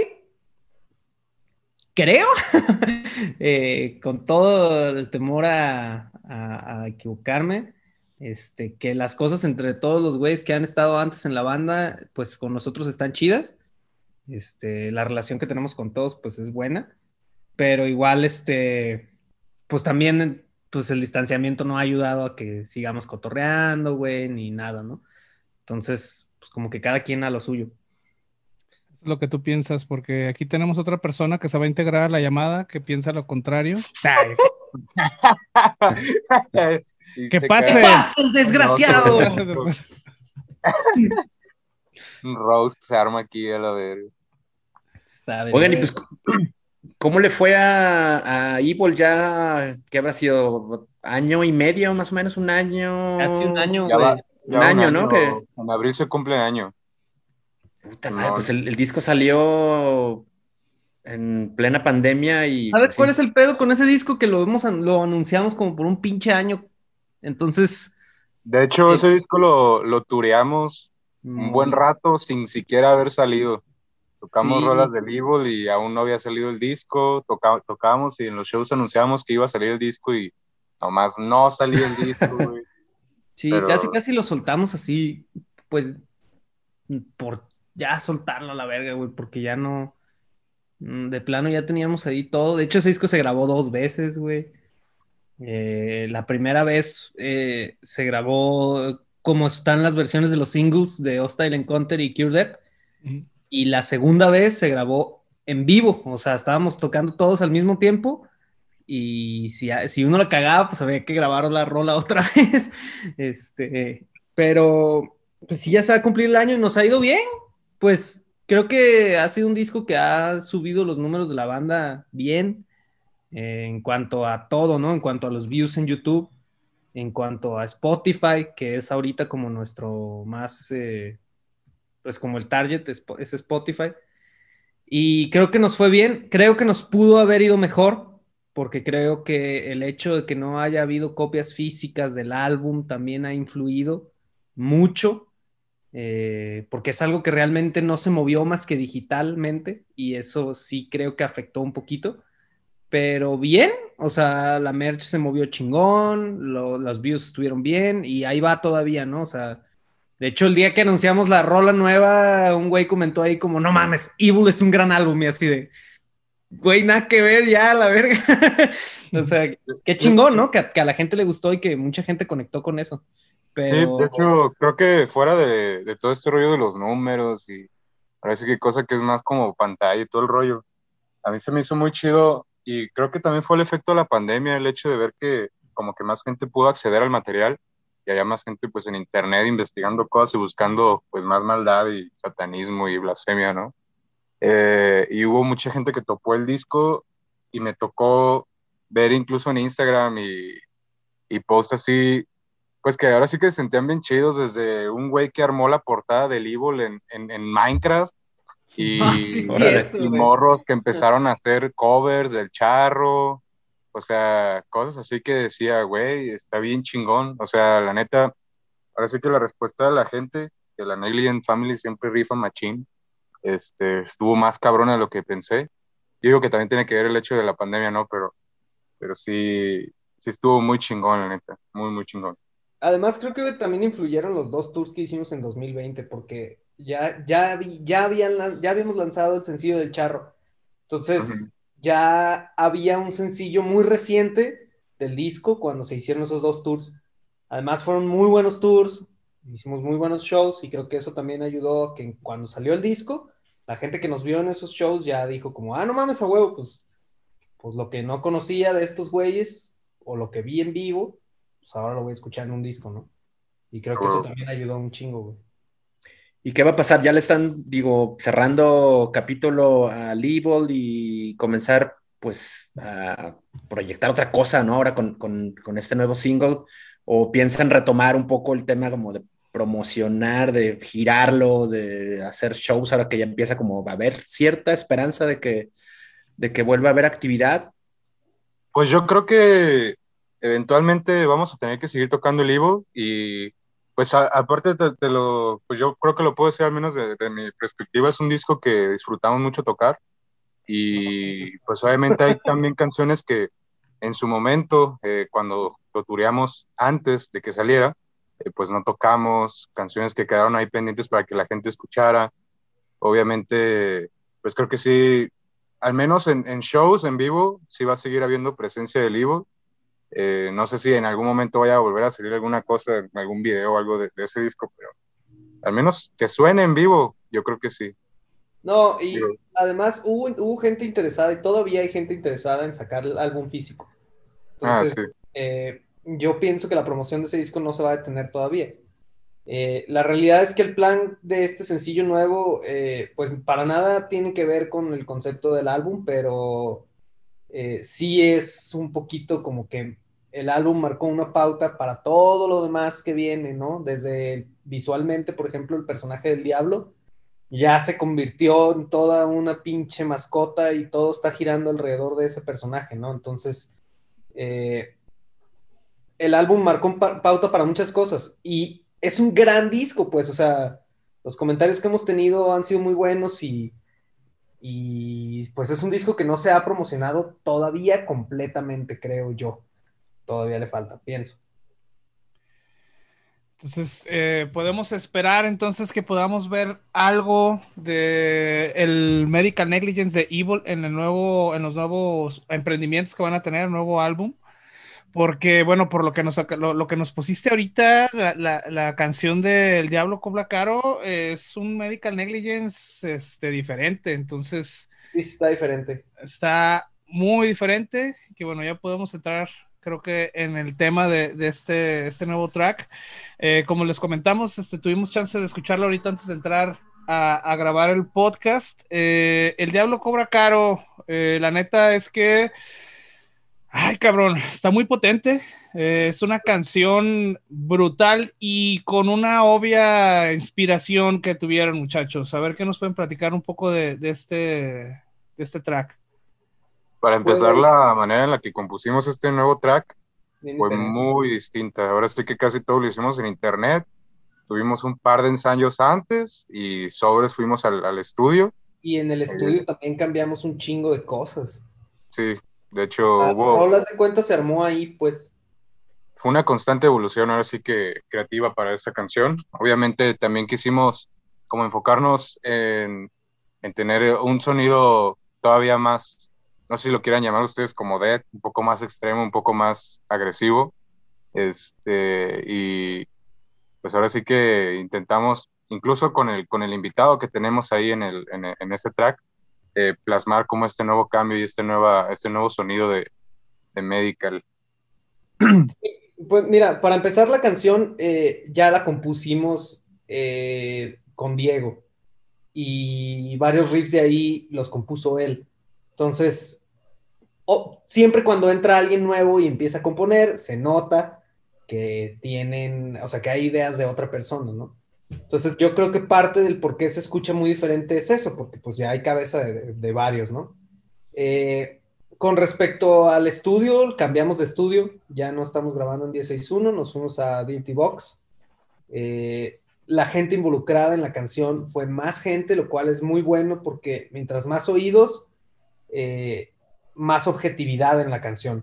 creo, con todo el temor a equivocarme, que las cosas entre todos los güeyes que han estado antes en la banda, pues con nosotros están chidas. La relación que tenemos con todos, pues es buena. Pero igual, pues también, pues el distanciamiento no ha ayudado a que sigamos cotorreando, güey, ni nada, ¿no? Entonces, pues como que cada quien a lo suyo. Eso es lo que tú piensas, porque aquí tenemos otra persona que se va a integrar a la llamada, que piensa lo contrario. ¡Que pase! ¡Que pase el desgraciado! Un roast se arma aquí a la verga. Oigan, y pues, ¿cómo le fue a Evil ya? ¿Qué habrá sido? ¿Año y medio, más o menos? ¿Un año? Casi un año, güey. Un año, ¿no? Que en abril se cumple año. Puta madre, pues el disco salió en plena pandemia y... ¿Sabes pues, cuál es el pedo con ese disco? Que lo anunciamos como por un pinche año. Entonces... De hecho, ese disco lo tureamos un buen rato sin siquiera haber salido. Tocamos rolas del Evil y aún no había salido el disco. Tocábamos y en los shows anunciábamos que iba a salir el disco y nomás no salió el disco, güey. Sí, pero... casi lo soltamos así, pues, por ya soltarlo a la verga, güey, porque ya no... De plano ya teníamos ahí todo. De hecho, ese disco se grabó 2 veces, güey. La primera vez se grabó como están las versiones de los singles de Hostile Encounter y Cure Death. Y la segunda vez se grabó en vivo. O sea, estábamos tocando todos al mismo tiempo y si uno la cagaba, pues había que grabar la rola otra vez. Pero pues sí, ya se va a cumplir el año y nos ha ido bien. Pues creo que ha sido un disco que ha subido los números de la banda bien, en cuanto a todo, ¿no? En cuanto a los views en YouTube, en cuanto a Spotify, que es ahorita como nuestro más, pues como el target es Spotify. Y creo que nos fue bien, creo que nos pudo haber ido mejor, porque creo que el hecho de que no haya habido copias físicas del álbum también ha influido mucho, porque es algo que realmente no se movió más que digitalmente, y eso sí creo que afectó un poquito, pero bien, o sea, la merch se movió chingón, los views estuvieron bien, y ahí va todavía, ¿no? O sea, de hecho, el día que anunciamos la rola nueva, un güey comentó ahí como, no mames, Evil es un gran álbum, y así de, güey, nada que ver ya, la verga. O sea, qué chingón, ¿no? Que a la gente le gustó y que mucha gente conectó con eso. Sí, de Pero, hecho, creo que fuera de todo este rollo de los números y parece que cosa que es más como pantalla y todo el rollo, a mí se me hizo muy chido y creo que también fue el efecto de la pandemia, el hecho de ver que como que más gente pudo acceder al material y había más gente pues en internet investigando cosas y buscando pues más maldad y satanismo y blasfemia, ¿no? Y hubo mucha gente que topó el disco y me tocó ver incluso en Instagram y posts así, pues que ahora sí que se sentían bien chidos, desde un güey que armó la portada del Evil en Minecraft ah, sí, es y, Órale. cierto, y güey. morros que empezaron a hacer covers del Charro, o sea, cosas así que decía, güey, está bien chingón, o sea, la neta, ahora sí que la respuesta de la gente, que la Negligent Family siempre rifa machín, estuvo más cabrona de lo que pensé. Yo digo que también tiene que ver el hecho de la pandemia, ¿no? Pero sí, sí estuvo muy chingón, la neta, muy, muy chingón. Además, creo que también influyeron los dos tours que hicimos en 2020, porque ya habíamos lanzado el sencillo del Charro. Entonces, Ujú. ya había un sencillo muy reciente del disco cuando se hicieron esos dos tours. Además, fueron muy buenos tours, hicimos muy buenos shows y creo que eso también ayudó a que cuando salió el disco, la gente que nos vio en esos shows ya dijo como, ah, no mames a huevo, pues lo que no conocía de estos güeyes o lo que vi en vivo, pues ahora lo voy a escuchar en un disco, ¿no? Y creo que eso también ayudó un chingo, güey. ¿Y qué va a pasar? ¿Ya le están, digo, cerrando capítulo al Evil y comenzar, pues, a proyectar otra cosa, ¿no? Ahora con este nuevo single, ¿o piensan retomar un poco el tema como de promocionar, de girarlo, de hacer shows ahora que ya empieza como a haber cierta esperanza de que vuelva a haber actividad? Pues yo creo que eventualmente vamos a tener que seguir tocando el Evil y pues aparte pues yo creo que lo puedo decir al menos de mi perspectiva, es un disco que disfrutamos mucho tocar y pues obviamente hay también canciones que en su momento, cuando lo tureamos antes de que saliera, pues no tocamos, canciones que quedaron ahí pendientes para que la gente escuchara. Obviamente, pues creo que sí, al menos en shows en vivo, sí va a seguir habiendo presencia del Evil. No sé si en algún momento vaya a volver a salir alguna cosa, algún video o algo de ese disco, pero al menos que suene en vivo, yo creo que sí. No, y Digo, además hubo gente interesada y todavía hay gente interesada en sacar el álbum físico. ah, Entonces, sí. yo pienso que la promoción de ese disco no se va a detener todavía. La realidad es que el plan de este sencillo nuevo, pues para nada tiene que ver con el concepto del álbum, pero sí es un poquito como que el álbum marcó una pauta para todo lo demás que viene, ¿no? Desde visualmente, por ejemplo, el personaje del diablo ya se convirtió en toda una pinche mascota y todo está girando alrededor de ese personaje, ¿no? Entonces, eh, el álbum marcó pauta para muchas cosas y es un gran disco, pues, o sea, los comentarios que hemos tenido han sido muy buenos y pues es un disco que no se ha promocionado todavía completamente, creo yo. Todavía le falta, pienso. Entonces, podemos esperar entonces que podamos ver algo de el Medical Negligence de Evil en los nuevos emprendimientos que van a tener, el nuevo álbum. Porque, bueno, por lo que nos pusiste ahorita, la canción del Diablo Cobra Caro es un Medical Negligence diferente. Entonces, Sí, está diferente. está muy diferente, que bueno, ya podemos entrar creo que en el tema de este nuevo track. Como les comentamos, tuvimos chance de escucharlo ahorita antes de entrar a grabar el podcast. El Diablo Cobra Caro, la neta es que, ay cabrón, está muy potente. Es una canción brutal y con una obvia inspiración que tuvieron, muchachos. A ver qué nos pueden platicar un poco de este track. Para Pues, empezar, la manera en la que compusimos este nuevo track bien fue diferente. muy distinta. Ahora sí que casi todo lo hicimos en internet. Tuvimos un par de ensayos antes y sobres fuimos al estudio. Y en el Eh, estudio también cambiamos un chingo de cosas. sí, de hecho Rolas de cuenta se armó ahí, pues. fue una constante evolución, ahora sí que creativa para esta canción. Obviamente también quisimos como enfocarnos en tener un sonido todavía más, no sé si lo quieran llamar ustedes como death, un poco más extremo, un poco más agresivo. Y pues ahora sí que intentamos, incluso con el invitado que tenemos ahí en ese track, plasmar como este nuevo cambio y este nuevo sonido de Medical. Pues mira, para empezar la canción ya la compusimos con Diego y varios riffs de ahí los compuso él. Entonces, siempre cuando entra alguien nuevo y empieza a componer, se nota que tienen, o sea, que hay ideas de otra persona, ¿no? Entonces, yo creo que parte del por qué se escucha muy diferente es eso, porque pues ya hay cabeza de varios, ¿no? Eh, con respecto al estudio, cambiamos de estudio, ya no estamos grabando en 1061, nos fuimos a Dirty Box. La gente involucrada en la canción fue más gente, lo cual es muy bueno porque mientras más oídos, más objetividad en la canción.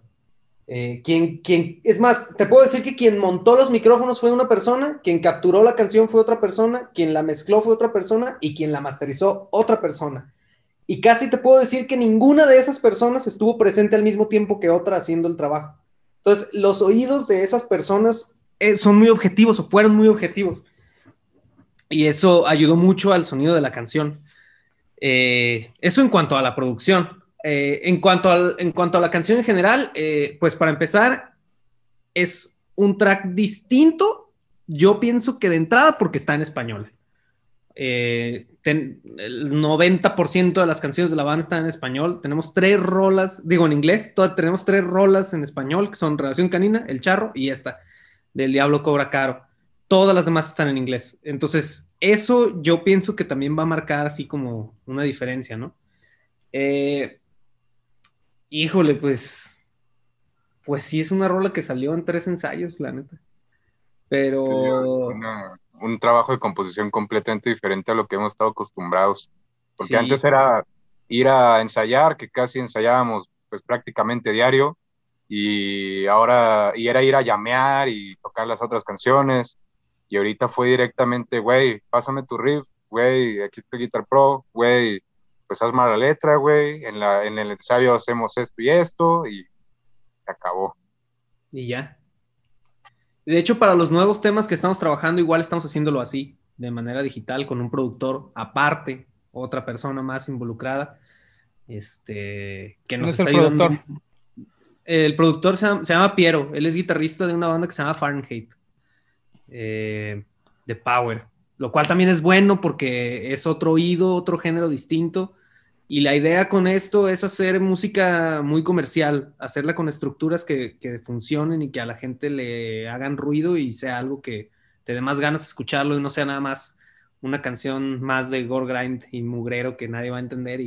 Es más, te puedo decir que quien montó los micrófonos fue una persona, quien capturó la canción fue otra persona, quien la mezcló fue otra persona y quien la masterizó otra persona. Y casi te puedo decir que ninguna de esas personas estuvo presente al mismo tiempo que otra haciendo el trabajo. Entonces, los oídos de esas personas son muy objetivos o fueron muy objetivos. Y eso ayudó mucho al sonido de la canción. Eso en cuanto a la producción. En cuanto a la canción en general, pues para empezar, es un track distinto. Yo pienso que de entrada porque está en español. El 90% de las canciones de la banda están en español. Tenemos 3 rolas, digo en inglés, tenemos 3 rolas en español, que son Relación Canina, El Charro y esta, del Diablo Cobra Caro. Todas las demás están en inglés. Entonces, eso yo pienso que también va a marcar así como una diferencia, ¿no? Híjole, pues sí es una rola que salió en 3 ensayos, la neta. Sí, Pero un trabajo de composición completamente diferente a lo que hemos estado acostumbrados. Porque sí, antes era ir a ensayar, que casi ensayábamos pues prácticamente diario, y ahora era ir a llamear y tocar las otras canciones, y ahorita fue directamente, güey, pásame tu riff, güey, aquí está el Guitar Pro, güey, pues hazme la letra, güey, en el ensayo hacemos esto y se acabó. y ya. De hecho, para los nuevos temas que estamos trabajando, igual estamos haciéndolo así, de manera digital, con un productor aparte, otra persona más involucrada, que ¿Quién nos es el está ayudando. productor? El productor se llama Piero, él es guitarrista de una banda que se llama Fahrenheit, de Power, lo cual también es bueno porque es otro oído, otro género distinto. Y la idea con esto es hacer música muy comercial, hacerla con estructuras que funcionen y que a la gente le hagan ruido y sea algo que te dé más ganas de escucharlo y no sea nada más una canción más de gore grind y mugrero que nadie va a entender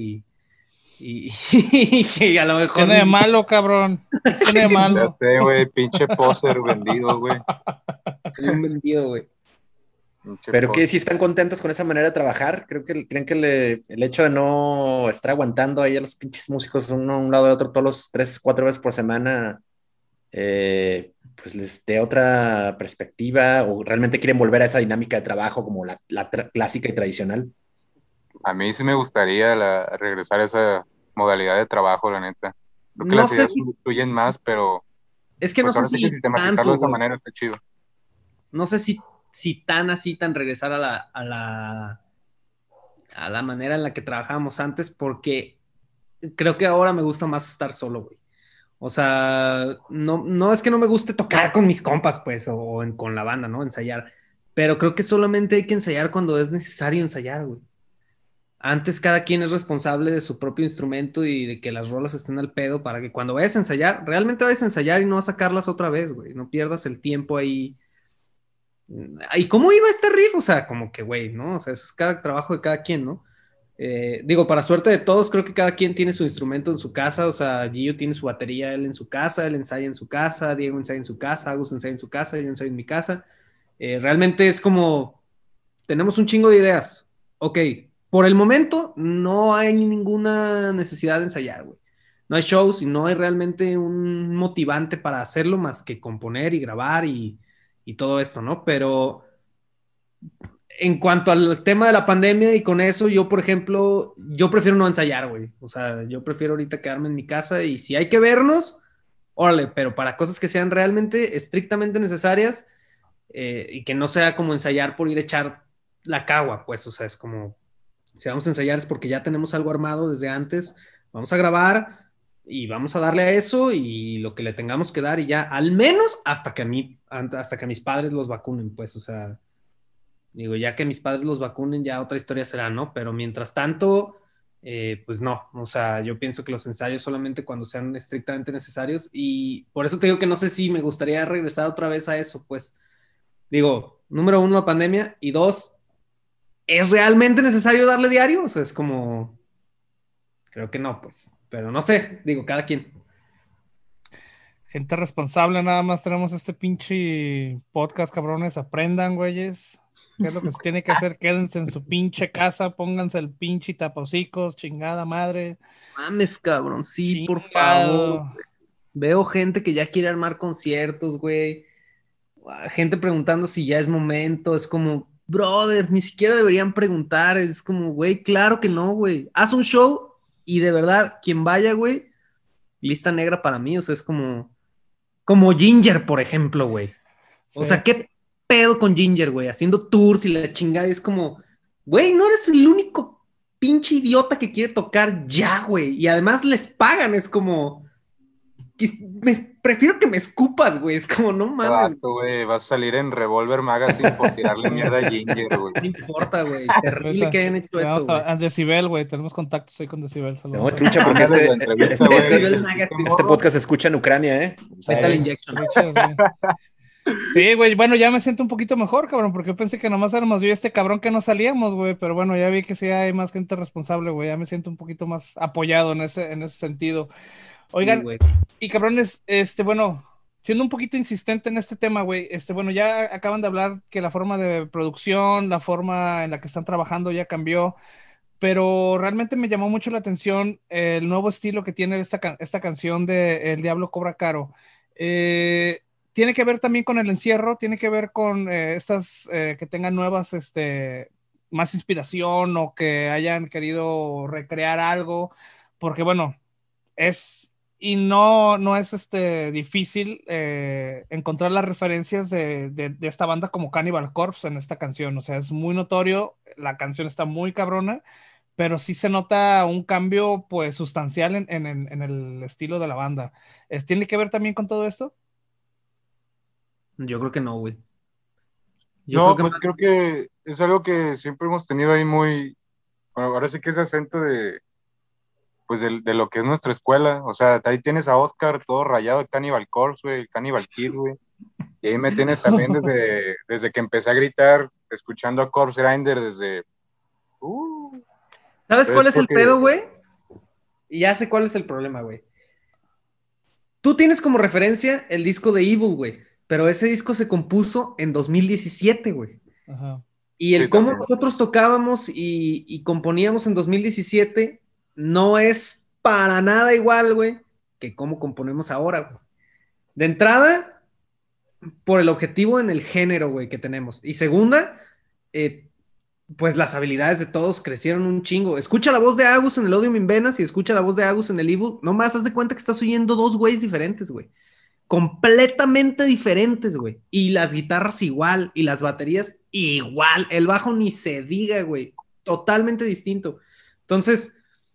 y que a lo mejor Tiene ni de malo, cabrón. Tiene de Ya malo. sé, güey, pinche poser vendido, güey. siquiera un vendido, güey. Pinche Pero que poser. si están contentos con esa manera de trabajar, creen que el hecho de no estar aguantando ahí a los pinches músicos uno a un lado de otro todos los 3, 4 veces por semana, pues les dé otra perspectiva o realmente quieren volver a esa dinámica de trabajo como la clásica y tradicional. A mí sí me gustaría regresar a esa modalidad de trabajo, la neta. Creo que No las sé ideas si, fluyen más, pero es que no pues sé ahora sí que si sistematizarlo tanto, de esa güey. manera está chido. No sé si tan así, tan regresar a la manera en la que trabajábamos antes, porque creo que ahora me gusta más estar solo, güey. O sea, no es que no me guste tocar con mis compas, pues, con la banda, ¿no? Ensayar. Pero creo que solamente hay que ensayar cuando es necesario ensayar, güey. Antes cada quien es responsable de su propio instrumento y de que las rolas estén al pedo para que cuando vayas a ensayar, realmente vayas a ensayar y no a sacarlas otra vez, güey. No pierdas el tiempo ahí. ¿Y cómo iba este riff? O sea, como que, güey, ¿no? O sea, eso es cada trabajo de cada quien, ¿no? Digo, para suerte de todos, creo que cada quien tiene su instrumento en su casa. O sea, Gio tiene su batería él en su casa, él ensaya en su casa, Diego ensaya en su casa, Agus ensaya en su casa, yo ensayo en mi casa. Realmente es como, tenemos un chingo de ideas. Ok, por el momento no hay ninguna necesidad de ensayar, güey. No hay shows y no hay realmente un motivante para hacerlo más que componer y grabar y todo esto, ¿no? Pero en cuanto al tema de la pandemia y con eso, yo, por ejemplo, yo prefiero no ensayar, güey. O sea, yo prefiero ahorita quedarme en mi casa y si hay que vernos, órale, pero para cosas que sean realmente estrictamente necesarias y que no sea como ensayar por ir a echar la cagua, pues, o sea, es como, si vamos a ensayar es porque ya tenemos algo armado desde antes, vamos a grabar y vamos a darle a eso y lo que le tengamos que dar y ya, al menos hasta que mis padres los vacunen, pues, o sea, digo, ya que mis padres los vacunen, ya otra historia será, ¿no? Pero mientras tanto, pues no, o sea, yo pienso que los ensayos solamente cuando sean estrictamente necesarios y por eso te digo que no sé si me gustaría regresar otra vez a eso, pues. Digo, número uno, la pandemia, y dos, ¿es realmente necesario darle diario? O sea, es como, creo que no, pues, pero no sé, digo, cada quien. Gente responsable, nada más tenemos este pinche podcast, cabrones. Aprendan, güeyes. ¿Qué es lo que se tiene que hacer? Quédense en su pinche casa, pónganse el pinche tapahocicos, chingada madre. Mames, cabrón, sí, por favor. Chingado. Veo gente que ya quiere armar conciertos, güey. Gente preguntando si ya es momento. Es como, brother, ni siquiera deberían preguntar. Es como, güey, claro que no, güey. Haz un show y de verdad, quien vaya, güey, lista negra para mí. O sea, es como Ginger, por ejemplo, güey. O Sí. sea, ¿qué pedo con Ginger, güey? Haciendo tours y la chingada. Y es como, güey, no eres el único pinche idiota que quiere tocar ya, güey. Y además les pagan. Es como, prefiero que me escupas, güey. Es como, no mames. Vato, güey, vas a salir en Revolver Magazine por tirarle mierda a Ginger, güey. No importa, güey. Terrible que hayan hecho eso, güey. A Decibel, güey. Tenemos contactos ahí con Decibel. No, trucha, porque Ándale, la entrevista, güey. este podcast se escucha en Ucrania, ¿eh? Metal Injection. Sí, güey, bueno, ya me siento un poquito mejor, cabrón, porque yo pensé que nomás éramos yo y este cabrón que no salíamos, güey, pero bueno, ya vi que sí hay más gente responsable, güey, ya me siento un poquito más apoyado en ese sentido. Oigan, Sí, y cabrones, bueno, siendo un poquito insistente en este tema, güey, bueno, ya acaban de hablar que la forma de producción, la forma en la que están trabajando ya cambió, pero realmente me llamó mucho la atención el nuevo estilo que tiene esta canción de El Diablo Cobra Caro. Tiene que ver también con el encierro, tiene que ver con estas que tengan nuevas, más inspiración o que hayan querido recrear algo, porque bueno, y no es difícil encontrar las referencias de esta banda como Cannibal Corpse en esta canción, o sea, es muy notorio, la canción está muy cabrona, pero sí se nota un cambio pues sustancial en el estilo de la banda. ¿Tiene que ver también con todo esto? Yo creo que no, güey. No, pues creo que es algo que siempre hemos tenido ahí muy, bueno, ahora sí que ese acento pues de lo que es nuestra escuela, o sea, ahí tienes a Oscar todo rayado de Cannibal Corpse, güey, Cannibal Kid, güey, y ahí me tienes también desde que empecé a gritar, escuchando a Corpse Grinder desde... ¿Sabes cuál es el pedo, güey? Y ya sé cuál es el problema, güey. Tú tienes como referencia el disco de Evil, güey, pero ese disco se compuso en 2017, güey. Ajá. Y el Sí, cómo también. nosotros tocábamos y componíamos en 2017 no es para nada igual, güey, que cómo componemos ahora, güey. De entrada, por el objetivo en el género, güey, que tenemos. Y segunda, pues las habilidades de todos crecieron un chingo. Escucha la voz de Agus en el Odio Me Venas y escucha la voz de Agus en el Evil. Nomás haz de cuenta que estás oyendo dos güeyes diferentes, güey. Completamente diferentes, güey. Y las guitarras igual, y las baterías igual. El bajo ni se diga, güey. Totalmente distinto. Entonces,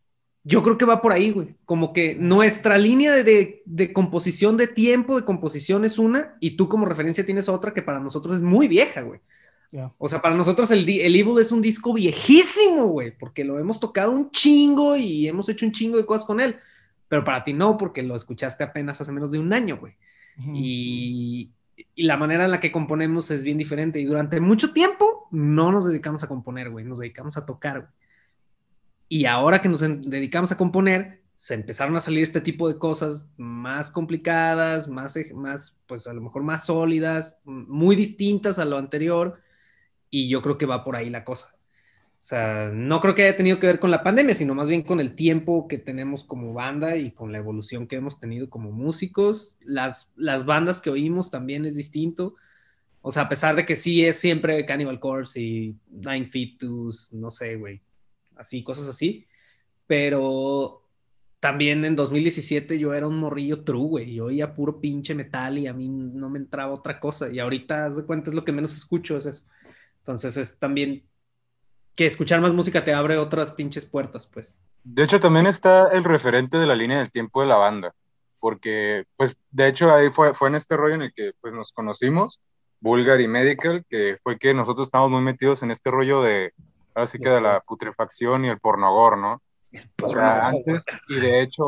yo creo que va por ahí, güey. Como que nuestra línea de composición, de tiempo de composición es una, y tú como referencia tienes otra que para nosotros es muy vieja, güey. Yeah. O sea, para nosotros el Evil es un disco viejísimo, güey, porque lo hemos tocado un chingo y hemos hecho un chingo de cosas con él. Pero para ti no, porque lo escuchaste apenas hace menos de un año, güey. Uh-huh. Y la manera en la que componemos es bien diferente. Y durante mucho tiempo no nos dedicamos a componer, güey. Nos dedicamos a tocar, güey. Y ahora que nos dedicamos a componer, se empezaron a salir este tipo de cosas más complicadas, más, pues a lo mejor más sólidas, muy distintas a lo anterior. Y yo creo que va por ahí la cosa. O sea, no creo que haya tenido que ver con la pandemia, sino más bien con el tiempo que tenemos como banda y con la evolución que hemos tenido como músicos. Las bandas que oímos también es distinto. O sea, a pesar de que sí es siempre Cannibal Corpse y Nine Fetus, no sé, güey, así, cosas así. Pero también en 2017 yo era un morrillo true, güey. Yo oía puro pinche metal y a mí no me entraba otra cosa. Y ahorita, haz de cuenta, es lo que menos escucho, es eso. Entonces es también que escuchar más música te abre otras pinches puertas, pues. De hecho, también está el referente de la línea del tiempo de la banda, porque, pues, de hecho, ahí fue en este rollo en el que, pues, nos conocimos, Vulgar y Medical, que fue que nosotros estábamos muy metidos en este rollo de, ahora sí que de la putrefacción y el pornogor, ¿no? O sea, antes, y de hecho,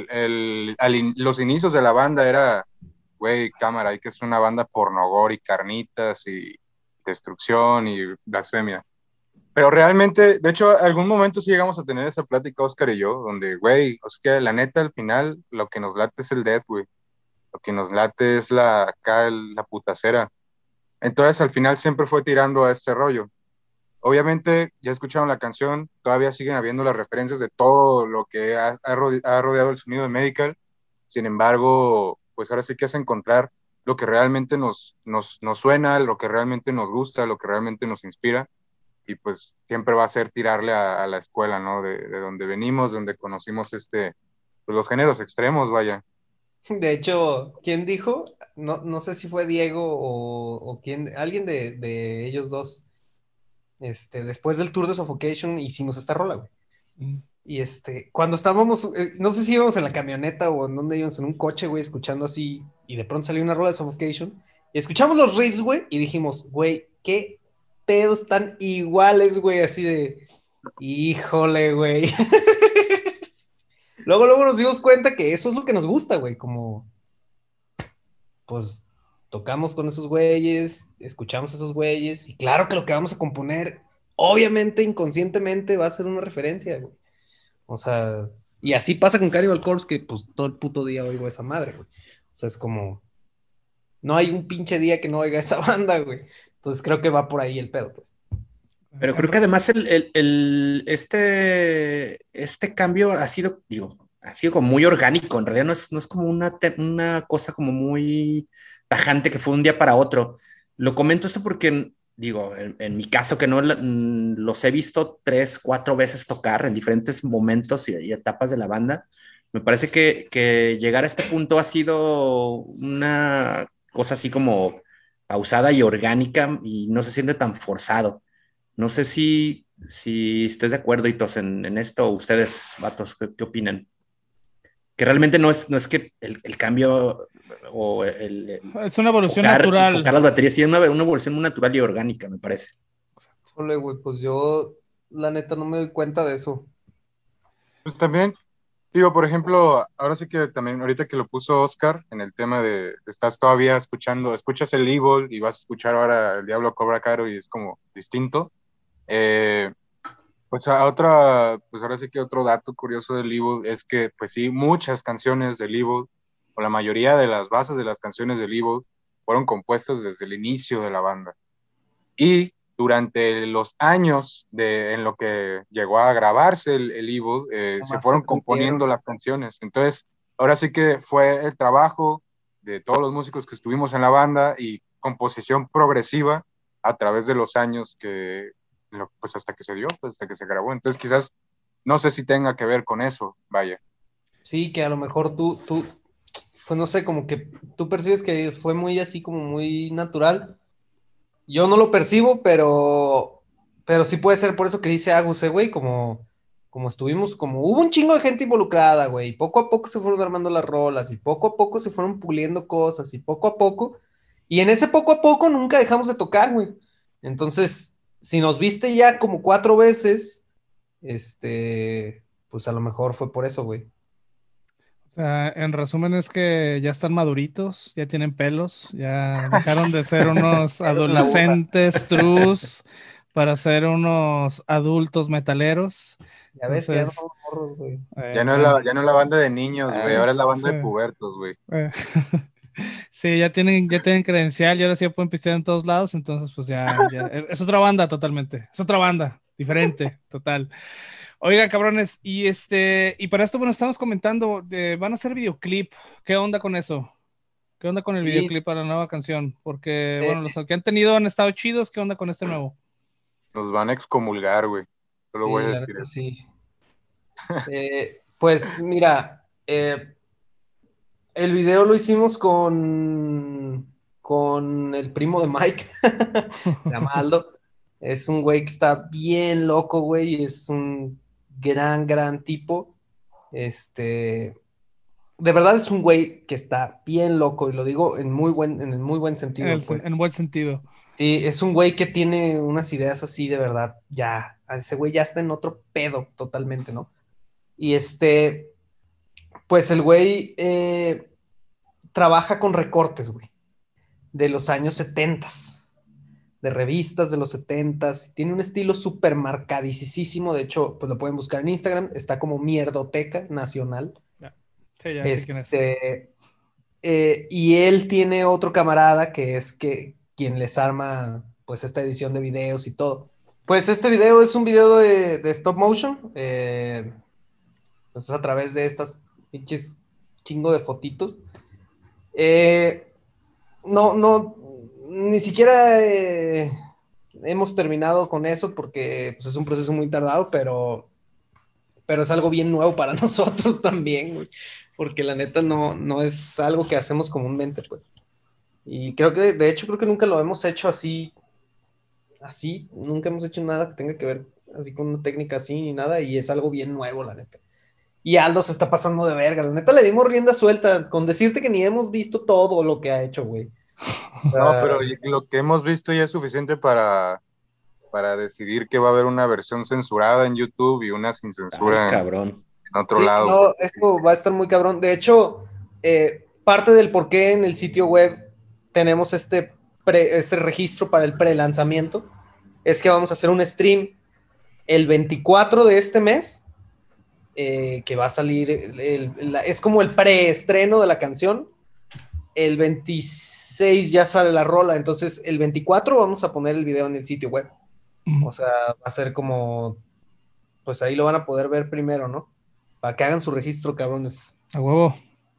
los inicios de la banda era, güey, cámara, hay que es una banda pornogor y carnitas y destrucción y blasfemia. Pero realmente, de hecho, algún momento sí llegamos a tener esa plática, Oscar y yo, donde, güey, o sea, que la neta, al final, lo que nos late es el death, güey. Lo que nos late es la putacera. Entonces, al final siempre fue tirando a este rollo. Obviamente, ya escucharon la canción, todavía siguen habiendo las referencias de todo lo que ha rodeado el sonido de Medical. Sin embargo, pues ahora sí que es encontrar lo que realmente nos suena, lo que realmente nos gusta, lo que realmente nos inspira. Y pues siempre va a ser tirarle a la escuela, ¿no? De donde venimos, donde conocimos pues los géneros extremos, vaya. De hecho, ¿quién dijo? No sé si fue Diego o quién, alguien de ellos dos. Después del tour de Suffocation hicimos esta rola, güey. Y cuando estábamos, no sé si íbamos en la camioneta o en dónde íbamos, en un coche, güey, escuchando así, y de pronto salió una rola de Suffocation, y escuchamos los riffs, güey, y dijimos, güey, qué pedos tan iguales, güey, así de, híjole, güey. Luego nos dimos cuenta que eso es lo que nos gusta, güey, como, pues, tocamos con esos güeyes, escuchamos a esos güeyes, y claro que lo que vamos a componer, obviamente, inconscientemente, va a ser una referencia, güey. O sea, y así pasa con Cannibal Corpse, que pues todo el puto día oigo esa madre, güey. O sea, es como, no hay un pinche día que no oiga esa banda, güey. Entonces creo que va por ahí el pedo, pues. Pero creo que además este cambio ha sido, digo, ha sido como muy orgánico. En realidad no es como una cosa como muy tajante que fue un día para otro. Lo comento esto porque, digo, en mi caso que no los he visto 3, 4 veces tocar en diferentes momentos y etapas de la banda, me parece que llegar a este punto ha sido una cosa así como pausada y orgánica y no se siente tan forzado. No sé si estés de acuerdo, Itos, en esto, ustedes, vatos, ¿qué opinan? Que realmente no es que el cambio o es una evolución natural. Enfocar las baterías, sí, es una evolución muy natural y orgánica, me parece. Híjole, güey, pues yo, la neta, no me doy cuenta de eso. Pues también, digo, por ejemplo, ahora sí que también, ahorita que lo puso Oscar en el tema de estás todavía escuchas el Evil y vas a escuchar ahora el Diablo Cobra Caro y es como distinto. Pues pues ahora sí que otro dato curioso del Evil es que, pues sí, muchas canciones del Evil, o la mayoría de las bases de las canciones del Evil, fueron compuestas desde el inicio de la banda. Y durante los años en lo que llegó a grabarse el Evil, se fueron componiendo las canciones. Entonces, ahora sí que fue el trabajo de todos los músicos que estuvimos en la banda y composición progresiva a través de los años pues hasta que se dio, pues hasta que se grabó. Entonces, quizás, no sé si tenga que ver con eso, vaya. Sí, que a lo mejor tú, pues no sé, como que tú percibes que fue muy así, como muy natural. Yo no lo percibo, pero sí puede ser por eso que dice Agus, güey, como como hubo un chingo de gente involucrada, güey, y poco a poco se fueron armando las rolas, y poco a poco se fueron puliendo cosas, y poco a poco, y en ese poco a poco nunca dejamos de tocar, güey. Entonces, si nos viste ya como 4 veces, pues a lo mejor fue por eso, güey. O sea, en resumen es que ya están maduritos, ya tienen pelos, ya dejaron de ser unos adolescentes trus para ser unos adultos metaleros. Ya ves que ya no Entonces, somos morros, güey. Ya no bueno, es la banda de niños, güey, ahora es la banda sí. de pubertos, güey. Eh, sí, ya tienen credencial y ahora sí ya pueden pistear en todos lados, entonces pues ya, es otra banda totalmente, es otra banda, diferente, total. Oiga, cabrones, y para esto, bueno, estamos comentando, van a hacer videoclip, ¿qué onda con eso? ¿Qué onda con el Sí, videoclip para la nueva canción? Porque, eh, bueno, los que han tenido han estado chidos, ¿qué onda con este nuevo? Nos van a excomulgar, güey. Solo voy sí, a la decir neta eso. sí. Pues mira, el video lo hicimos con el primo de Mike, se llama Aldo. Es un güey que está bien loco, güey, y es un gran tipo. De verdad es un güey que está bien loco, y lo digo en el muy buen sentido, pues. En buen sentido. Sí, es un güey que tiene unas ideas así de verdad, ya, ese güey ya está en otro pedo totalmente, ¿no? Y pues el güey trabaja con recortes, güey, de los años 70, de revistas de los 70, tiene un estilo súper marcadísimo, de hecho, pues lo pueden buscar en Instagram, está como Mierdoteca Nacional. Ya. Sí, ya sé quién es. Y él tiene otro camarada que es quien les arma pues esta edición de videos y todo. Pues este video es un video de stop motion, pues es a través de estas pinches chingo de fotitos. No, ni siquiera hemos terminado con eso porque pues, es un proceso muy tardado, pero es algo bien nuevo para nosotros también, güey, porque la neta no es algo que hacemos comúnmente, pues. Y de hecho, creo que nunca lo hemos hecho así, nunca hemos hecho nada que tenga que ver así con una técnica así ni nada, y es algo bien nuevo, la neta. Y Aldo se está pasando de verga, la neta le dimos rienda suelta, con decirte que ni hemos visto todo lo que ha hecho, güey. No, pero lo que hemos visto ya es suficiente para decidir que va a haber una versión censurada en YouTube y una sin Ay, censura cabrón. en otro Sí, lado. no, esto va a estar muy cabrón. De hecho, parte del por qué en el sitio web tenemos este registro para el pre-lanzamiento es que vamos a hacer un stream el 24 de este mes, que va a salir, es como el preestreno de la canción. El 26 ya sale la rola, entonces el 24 vamos a poner el video en el sitio web. O sea, va a ser como, pues ahí lo van a poder ver primero, ¿no? Para que hagan su registro, cabrones. A huevo.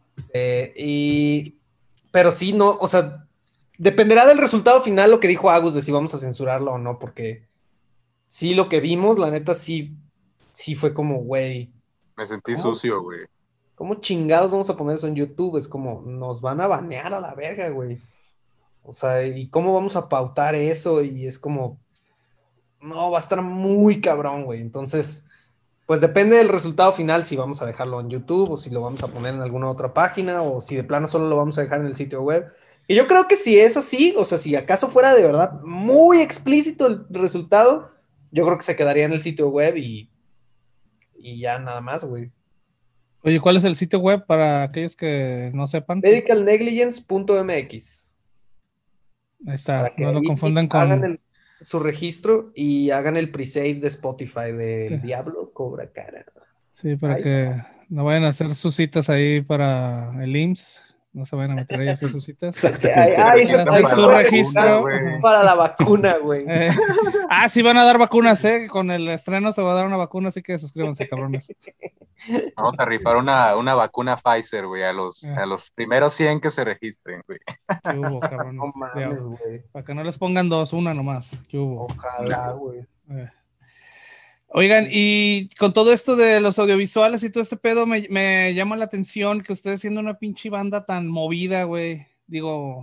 Pero sí, no, o sea, dependerá del resultado final lo que dijo Agus de si vamos a censurarlo o no, porque sí, lo que vimos, la neta, sí fue como, güey, Me sentí ¿cómo? sucio, güey. ¿Cómo chingados vamos a poner eso en YouTube? Es como, nos van a banear a la verga, güey. O sea, ¿y cómo vamos a pautar eso? Y es como, no, va a estar muy cabrón, güey. Entonces, pues depende del resultado final, si vamos a dejarlo en YouTube o si lo vamos a poner en alguna otra página o si de plano solo lo vamos a dejar en el sitio web. Y yo creo que si es así, o sea, si acaso fuera de verdad muy explícito el resultado, yo creo que se quedaría en el sitio web y ya nada más, güey. Oye, ¿cuál es el sitio web para aquellos que no sepan? Medicalnegligence.mx. Ahí está, Para que no lo ahí confundan hagan con... su registro y hagan el pre-save de Spotify del Diablo Cobra Cara. Sí, para Ay, que no vayan a hacer sus citas ahí para el IMSS. No se vayan a meter ahí a hacer sus citas. Exactamente. Ay, Hacer ahí se su puede registro. güey. Ajá. para la vacuna, güey. Sí van a dar vacunas, ¿eh? Con el estreno se va a dar una vacuna, así que suscríbanse, cabrones. Vamos a rifar una vacuna Pfizer, güey, a los primeros 100 que se registren, güey. ¿Qué hubo, cabrones? No mames, güey. Para que no les pongan dos, una nomás. ¿Qué hubo? Ojalá, güey. Oigan, y con todo esto de los audiovisuales y todo este pedo, me llama la atención que ustedes siendo una pinche banda tan movida, güey. Digo,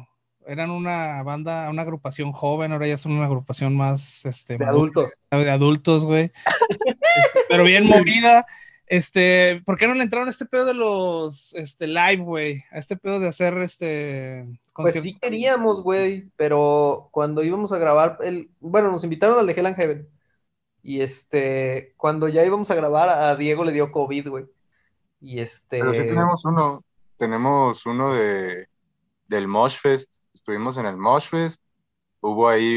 eran una banda, una agrupación joven, ahora ya son una agrupación más, De madura, adultos. de adultos, güey. Pero bien movida. ¿Por qué no le entraron a este pedo de los, live, güey? A este pedo de hacer, Pues sí queríamos, güey, pero cuando íbamos a grabar, bueno, nos invitaron al de Hell and Heaven. Y cuando ya íbamos a grabar, a Diego le dio COVID, güey. Y Pero sí tenemos uno del Mosh Fest. Estuvimos en el Mosh Fest. Hubo ahí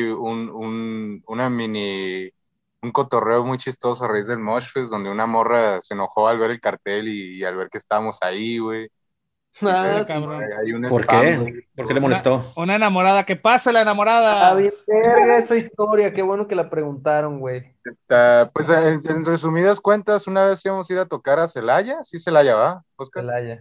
un cotorreo muy chistoso a raíz del Mosh Fest, donde una morra se enojó al ver el cartel y al ver que estábamos ahí, güey. Ah, sí, cabrón. Hay un ¿Por spam, qué? güey. ¿Por qué le molestó? Una enamorada. ¿Qué pasa, la enamorada? bien verga esa historia, qué bueno que la preguntaron, güey. Pues en resumidas cuentas, una vez íbamos a ir a tocar a Celaya, sí Celaya, ¿va, Oscar? Celaya.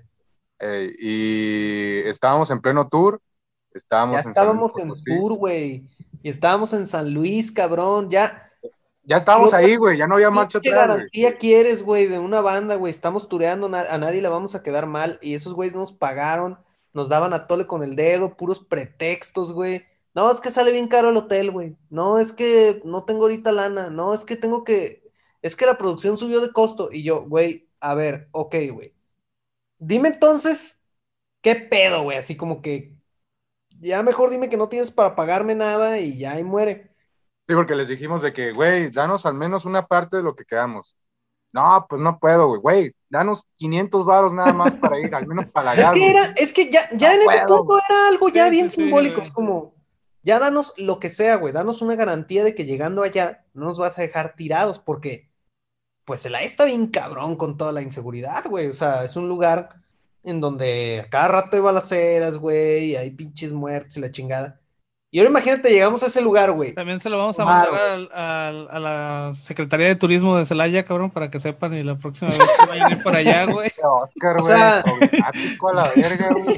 Y estábamos en pleno tour, Ya estábamos estábamos en San en Luis Potosí. tour, güey. Y estábamos en San Luis, cabrón. Ya. Ya estábamos ¿Qué ahí, güey, ya no había marcha ¿Qué atrás, güey. garantía quieres, güey, de una banda, güey? Estamos tureando, a nadie le vamos a quedar mal. Y esos güeyes nos pagaron, nos daban a tole con el dedo, puros pretextos, güey. No, es que sale bien caro el hotel, güey. No, es que no tengo ahorita lana. No, es que es que la producción subió de costo. Y yo, güey, a ver, ok, güey. Dime entonces, ¿qué pedo, güey? Así como que, ya mejor dime que no tienes para pagarme nada y ya ahí muere. Sí, porque les dijimos de que, güey, danos al menos una parte de lo que quedamos. No, pues no puedo, güey, danos 500 varos nada más para ir, al menos para la gas, güey. Es que ya No en ese puedo. punto era algo ya Sí, bien sí, simbólico, güey. es como, ya danos lo que sea, güey, danos una garantía de que llegando allá no nos vas a dejar tirados, porque pues el A está bien cabrón con toda la inseguridad, güey, o sea, es un lugar en donde a cada rato hay balaceras, güey, hay pinches muertos y la chingada. Y ahora imagínate, llegamos a ese lugar, güey. También se lo vamos a Claro, mandar a la Secretaría de Turismo de Celaya, cabrón, para que sepan y la próxima vez que vayan a ir por allá, güey. Oscar, O güey, sea- problemático a la verga, güey.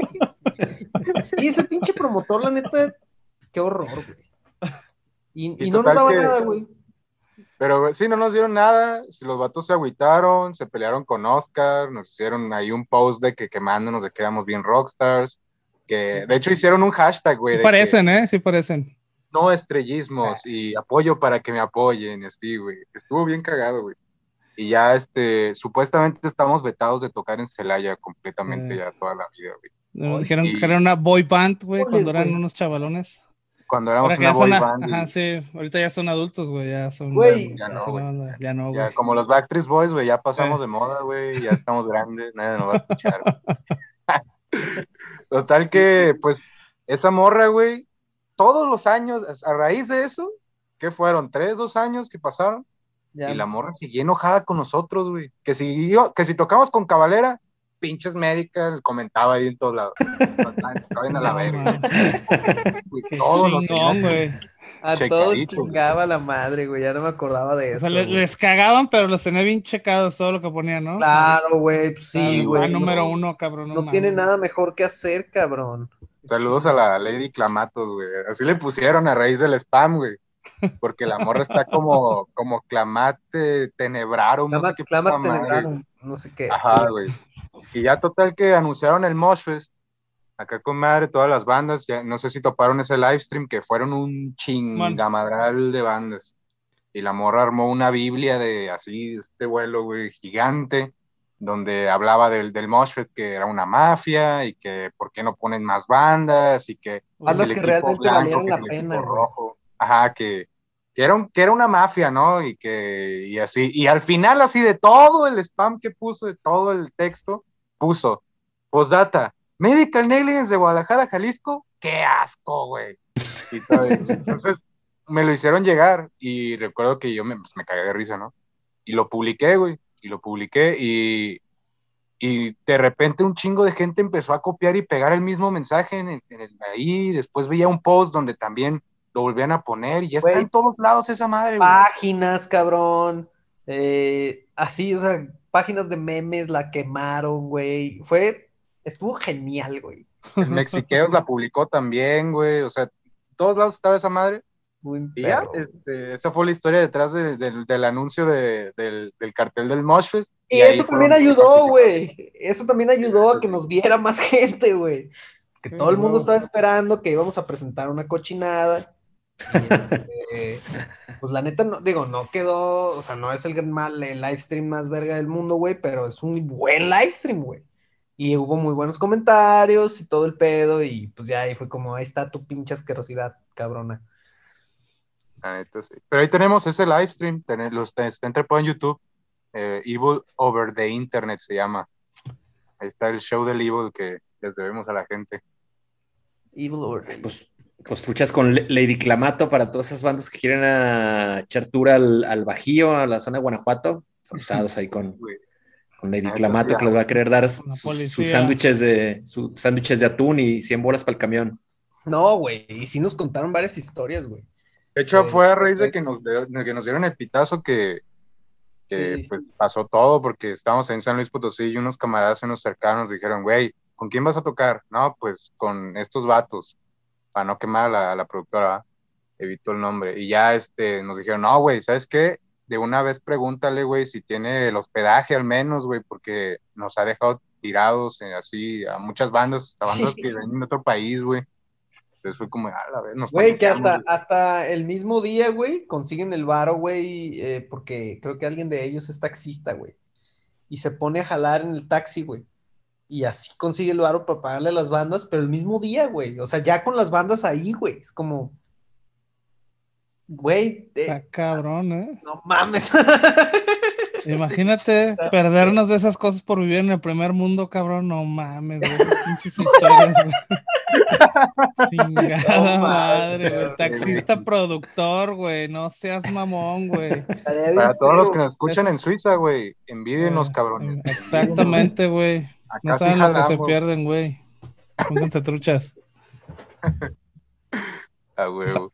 Sí, ese pinche promotor, la neta, qué horror, güey. Y Y no nos total daba que- nada, güey. Pero güey, sí, no nos dieron nada, si los vatos se agüitaron, se pelearon con Oscar, nos hicieron ahí un post de que quemándonos de que éramos bien rockstars, que de hecho hicieron un hashtag, güey, Sí de parecen, sí parecen. que no estrellismos y apoyo para que me apoyen, así, güey. Estuvo bien cagado, güey. Y ya, supuestamente estamos vetados de tocar en Celaya completamente ya toda la vida, güey. Nos Ay, dijeron y- que era una boy band, güey, Híjoles, cuando eran güey. unos chavalones. Cuando éramos Ahora que una ya son, boy band, ajá, y sí, ahorita ya son adultos, güey, ya son, Güey. ya ya no, son güey. una banda, ya no, güey. Ya como los Backstreet Boys, güey, ya pasamos Eh. de moda, güey, ya estamos grandes, nadie nos va a escuchar. Total que, pues, esa morra, güey, todos los años, a raíz de eso, ¿qué fueron? 3, 2 años que pasaron, Ya. y la morra seguía enojada con nosotros, güey. Que si tocamos con Cabalera, pinches médicas, comentaba ahí en todos lados. Vayan a la No, verga. man. Güey, Qué todo lo chingón, tenía güey. A todos checadito. chingaba la madre, güey. Ya no me acordaba de O eso. sea, güey. les cagaban, pero los tenía bien checados todo lo que ponían, ¿no? Claro, güey. Pues Era sí, el güey. fan No, número uno, cabrón. no mames. tiene nada mejor que hacer, cabrón. Saludos a la Lady Clamatos, güey. Así le pusieron a raíz del spam, güey. Porque la morra está como Clamate Tenebrarum, no sé qué puta Clama madre. Tenebrarum, no sé qué. Ajá, Sí. güey. Y ya total que anunciaron el Mosh Fest. Acá con madre, todas las bandas. Ya, no sé si toparon ese live stream, que fueron un chingamadral de bandas. Y la morra armó una biblia de así, este vuelo, güey, gigante, donde hablaba del Mosh Fest, que era una mafia, y que por qué no ponen más bandas, y que Bandas si el que equipo realmente blanco, valieran que la si el pena, equipo güey. rojo. Ajá, que era una mafia, ¿no? Y así, y al final así de todo el spam que puso, de todo el texto, puso, postdata, Medical Negligence de Guadalajara, Jalisco, qué asco, güey. Y todo, entonces me lo hicieron llegar y recuerdo que yo pues, me cagué de risa, ¿no? Y lo publiqué, güey, y de repente un chingo de gente empezó a copiar y pegar el mismo mensaje ahí, después veía un post donde también lo volvían a poner y ya está Güey, en todos lados esa madre, güey. páginas, cabrón. Así, o sea, páginas de memes la quemaron, güey. Estuvo genial, güey. El Mexiqueos la publicó también, güey, o sea, en todos lados estaba esa madre. Muy Y ya, perro. esa fue la historia detrás del anuncio del cartel del Mosh Fest. Y ahí eso fue también donde yo ayudó, participé. güey. Eso también ayudó a que nos viera más gente, güey. Que Sí, todo el mundo huevo. estaba esperando que íbamos a presentar una cochinada. Y, pues la neta, no, digo, no quedó, o sea, no es el live stream más verga del mundo, güey, pero es un buen live stream, güey. Y hubo muy buenos comentarios y todo el pedo, y pues ya ahí fue como, ahí está tu pinche asquerosidad, cabrona. La neta, sí. Pero ahí tenemos ese live stream, está entrepado en YouTube. Evil Over the Internet se llama. Ahí está el show del Evil que les debemos a la gente. Evil Lord. Pues truchas con Lady Clamato para todas esas bandas que quieren echar tour al Bajío, a la zona de Guanajuato. Cruzados ahí Güey, con Lady la neta, Clamato, sí, que les va a querer dar Con la sus policía. sándwiches de atún y 100 bolas para el camión. No, güey, y sí nos contaron varias historias, güey. de hecho, De- fue a raíz de que nos dieron el pitazo que Sí. pues pasó todo, porque estábamos en San Luis Potosí y unos camaradas en los cercanos dijeron, güey, ¿con quién vas a tocar? No, pues con estos vatos, para no quemar a la productora, ¿va? Evito el nombre. Y ya nos dijeron, no, güey, ¿sabes qué? De una vez pregúntale, güey, si tiene el hospedaje al menos, güey, porque nos ha dejado tirados así a muchas bandas, hasta bandas que Sí. ven en otro país, güey. Entonces fue como, a ver, nos Güey, que paniqueamos, güey. hasta el mismo día, güey, consiguen el varo, güey, porque creo que alguien de ellos es taxista, güey. Y se pone a jalar en el taxi, güey. Y así consigue el varo para pagarle a las bandas, pero el mismo día, güey. O sea, ya con las bandas ahí, güey. Es como, güey, Está cabrón, ¿eh? no mames. Imagínate perdernos de esas cosas por vivir en el primer mundo, cabrón. No mames, güey. Esas pinches historias, güey. Chingada No madre, mames, güey. Taxista productor, güey. No seas mamón, güey. estaría Para bien, todos los que pero nos escuchan en Esos- Suiza, güey, envídenos, cabrones. Envídenos. Exactamente, güey. No Acá sí saben lo que se jalamos, pierden, güey. Pónganse truchas. a huevo.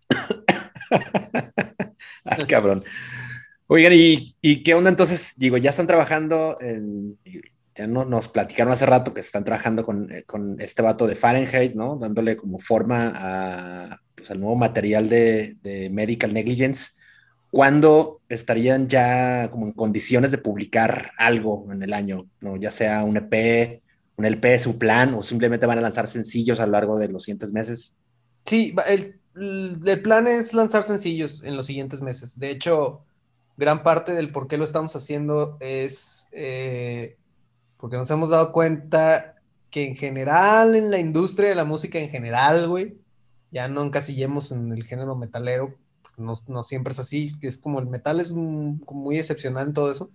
Ay, cabrón. Oigan, ¿y qué onda entonces? Digo, ya están trabajando, ya nos platicaron hace rato que están trabajando con este vato de Fahrenheit, ¿no? Dándole como forma pues, al nuevo material de Medical Negligence. ¿Cuándo estarían ya como en condiciones de publicar algo en el año? ¿No? Ya sea un EP, un LP es su plan, o simplemente van a lanzar sencillos a lo largo de los siguientes meses. sí, el plan es lanzar sencillos en los siguientes meses. De hecho, gran parte del por qué lo estamos haciendo es porque nos hemos dado cuenta que en general, en la industria de la música en general, güey, ya no encasillemos en el género metalero, no, no siempre es así, que es como el metal es como muy excepcional en todo eso.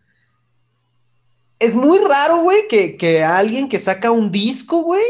Es muy raro, güey, que a alguien que saca un disco, güey,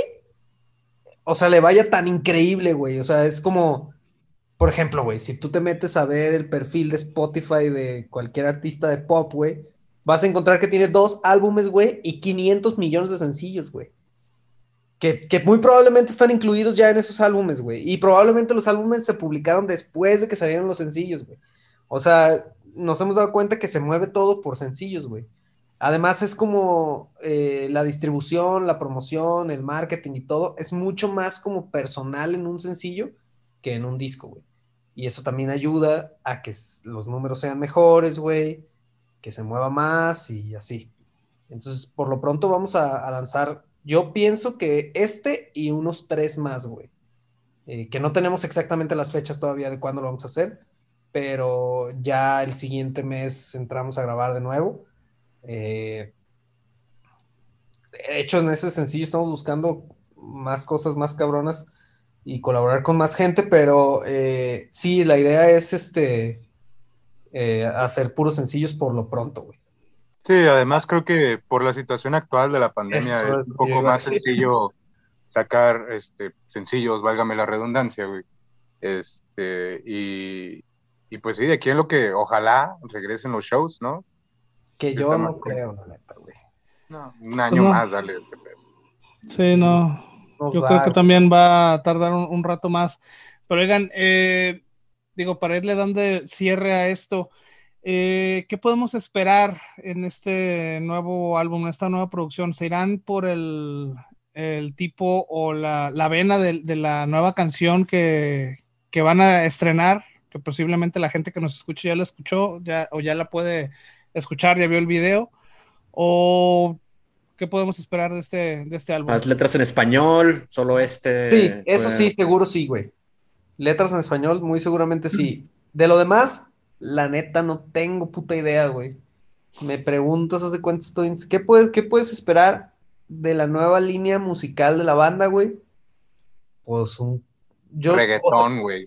o sea, le vaya tan increíble, güey. O sea, es como, por ejemplo, güey, si tú te metes a ver el perfil de Spotify de cualquier artista de pop, güey, vas a encontrar que tiene 2 álbumes, güey, y 500 millones de sencillos, güey. Que muy probablemente están incluidos ya en esos álbumes, güey. Y probablemente los álbumes se publicaron después de que salieron los sencillos, güey. O sea, nos hemos dado cuenta que se mueve todo por sencillos, güey. Además es como la distribución, la promoción, el marketing y todo, es mucho más como personal en un sencillo que en un disco, güey. Y eso también ayuda a que los números sean mejores, güey, que se mueva más y así. Entonces, por lo pronto vamos a lanzar, yo pienso que y unos 3 más, güey. Que no tenemos exactamente las fechas todavía de cuándo lo vamos a hacer, pero ya el siguiente mes entramos a grabar de nuevo. De hecho, en ese sencillo estamos buscando más cosas más cabronas y colaborar con más gente, pero sí, la idea es hacer puros sencillos por lo pronto, güey. Sí, además creo que por la situación actual de la pandemia Eso es es un lo que yo poco iba a más decir. sencillo sacar sencillos, válgame la redundancia, güey. Y pues sí, de aquí en lo que ojalá regresen los shows, ¿no? Que Que yo está no más creo, la neta, güey. no, un Pues año no. más, dale. Sí, no. Nos Yo creo va, que güey. también va a tardar un rato más. Pero oigan, digo, para irle dando cierre a esto, ¿qué podemos esperar en este nuevo álbum, en esta nueva producción? ¿Se irán por el tipo o la vena de la nueva canción que van a estrenar? Que posiblemente la gente que nos escuche ya la escuchó, o ya la puede escuchar, ya vio el video. ¿O ¿Qué podemos esperar de este álbum? Más letras en español, solo Sí, eso fue- sí, seguro sí, güey. Letras en español, muy seguramente sí. De lo demás, la neta no tengo puta idea, güey. Me preguntas, hace cuánto estoy. ¿Qué puedes esperar de la nueva línea musical de la banda, güey? Pues o sea, Reggaetón, güey.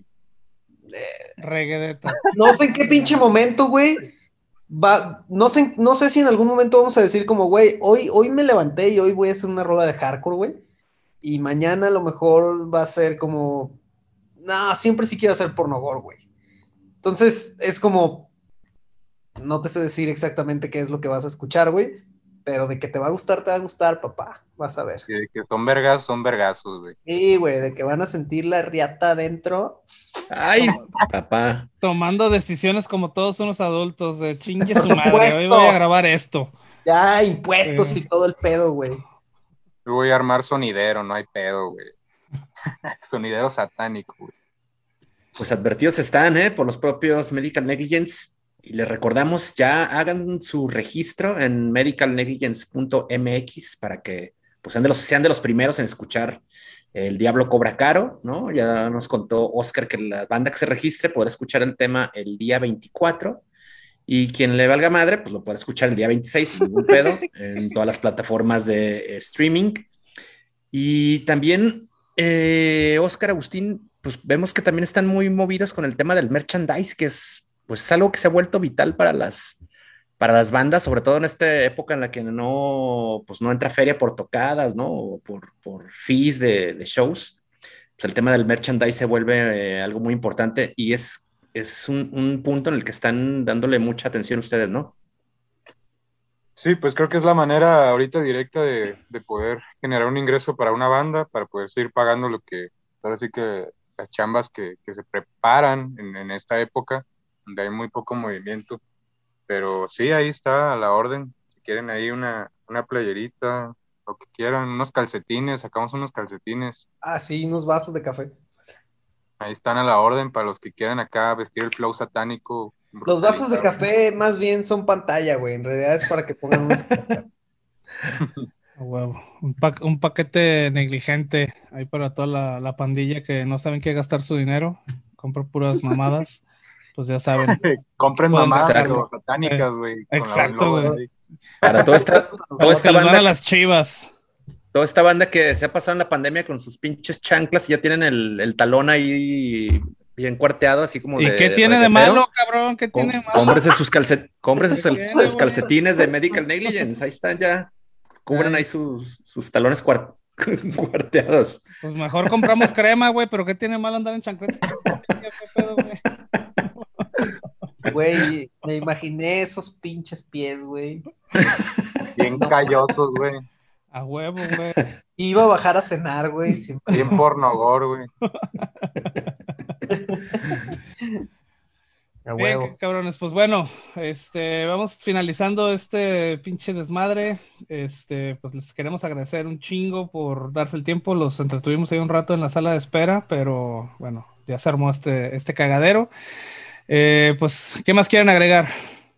Reggaeton. no sé en qué pinche momento, güey. No sé si en algún momento vamos a decir como, güey, hoy me levanté y hoy voy a hacer una rola de hardcore, güey. Y mañana a lo mejor va a ser como, no, siempre sí quiero hacer pornogore, güey. Entonces es como, no te sé decir exactamente qué es lo que vas a escuchar, güey, pero de que te va a gustar, papá, vas a ver. Y de que son vergas, son vergazos, güey. Sí, güey, de que van a sentir la riata adentro. Ay, papá. Tomando decisiones como todos unos adultos, de chingue su madre, supuesto. hoy voy a grabar esto. Ya, impuestos y todo el pedo, güey. Yo voy a armar sonidero, no hay pedo, güey. Sonidero satánico, güey. Pues advertidos están, por los propios Medical Negligence. Y les recordamos, ya hagan su registro en medicalnegligence.mx para que pues, sean de los primeros en escuchar El Diablo Cobra Caro, ¿no? Ya nos contó Oscar que la banda que se registre podrá escuchar el tema el día 24 y quien le valga madre, pues lo podrá escuchar el día 26 sin ningún pedo en todas las plataformas de streaming. Y también, Oscar, Agustín, pues vemos que también están muy movidos con el tema del merchandise, que es pues algo que se ha vuelto vital para las bandas, sobre todo en esta época en la que pues no entra feria por tocadas, ¿no? O por fees de shows. Pues el tema del merchandise se vuelve algo muy importante y es un punto en el que están dándole mucha atención ustedes, ¿no? Sí, pues creo que es la manera ahorita directa de poder generar un ingreso para una banda, para poder seguir pagando ahora sí que las chambas que se preparan en esta época, donde hay muy poco movimiento. Pero sí, ahí está a la orden. Si quieren ahí una playerita, lo que quieran, unos calcetines, sacamos unos calcetines. Ah, sí, unos vasos de café. Ahí están a la orden para los que quieran acá vestir el flow satánico. Los vasos de brutalizado. café más bien son pantalla, güey. En realidad es para que pongan unos... A huevo. Un paquete negligente ahí para toda la pandilla que no saben qué gastar su dinero, compra puras mamadas, pues ya saben. Compren Pueden mamadas, gastarlo. pero satánicas, güey. con Exacto, logo güey. ahí. Para toda esta Se les van a banda, las chivas. toda esta banda que se ha pasado en la pandemia con sus pinches chanclas y ya tienen el talón ahí bien cuarteado, así como ¿Y de qué tiene de reguecero. malo, cabrón? ¿Qué tiene de malo? Cómprese cómprese ¿Qué tiene, sus güey? calcetines de Medical Negligence. Ahí están ya. Cubren Ay. ahí sus talones cuarteados. Pues mejor compramos crema, güey, pero ¿qué tiene malo andar en chancletas? ¿Qué pedo, güey? Güey, me imaginé esos pinches pies, güey. Bien callosos, güey. A huevo, güey. Iba a bajar a cenar, güey. Siempre. Bien pornogor, güey. A Bien, huevo. cabrones, pues bueno, vamos finalizando este pinche desmadre. Pues les queremos agradecer un chingo por darse el tiempo. Los entretuvimos ahí un rato en la sala de espera, pero bueno, ya se armó este cagadero. Pues, ¿qué más quieren agregar?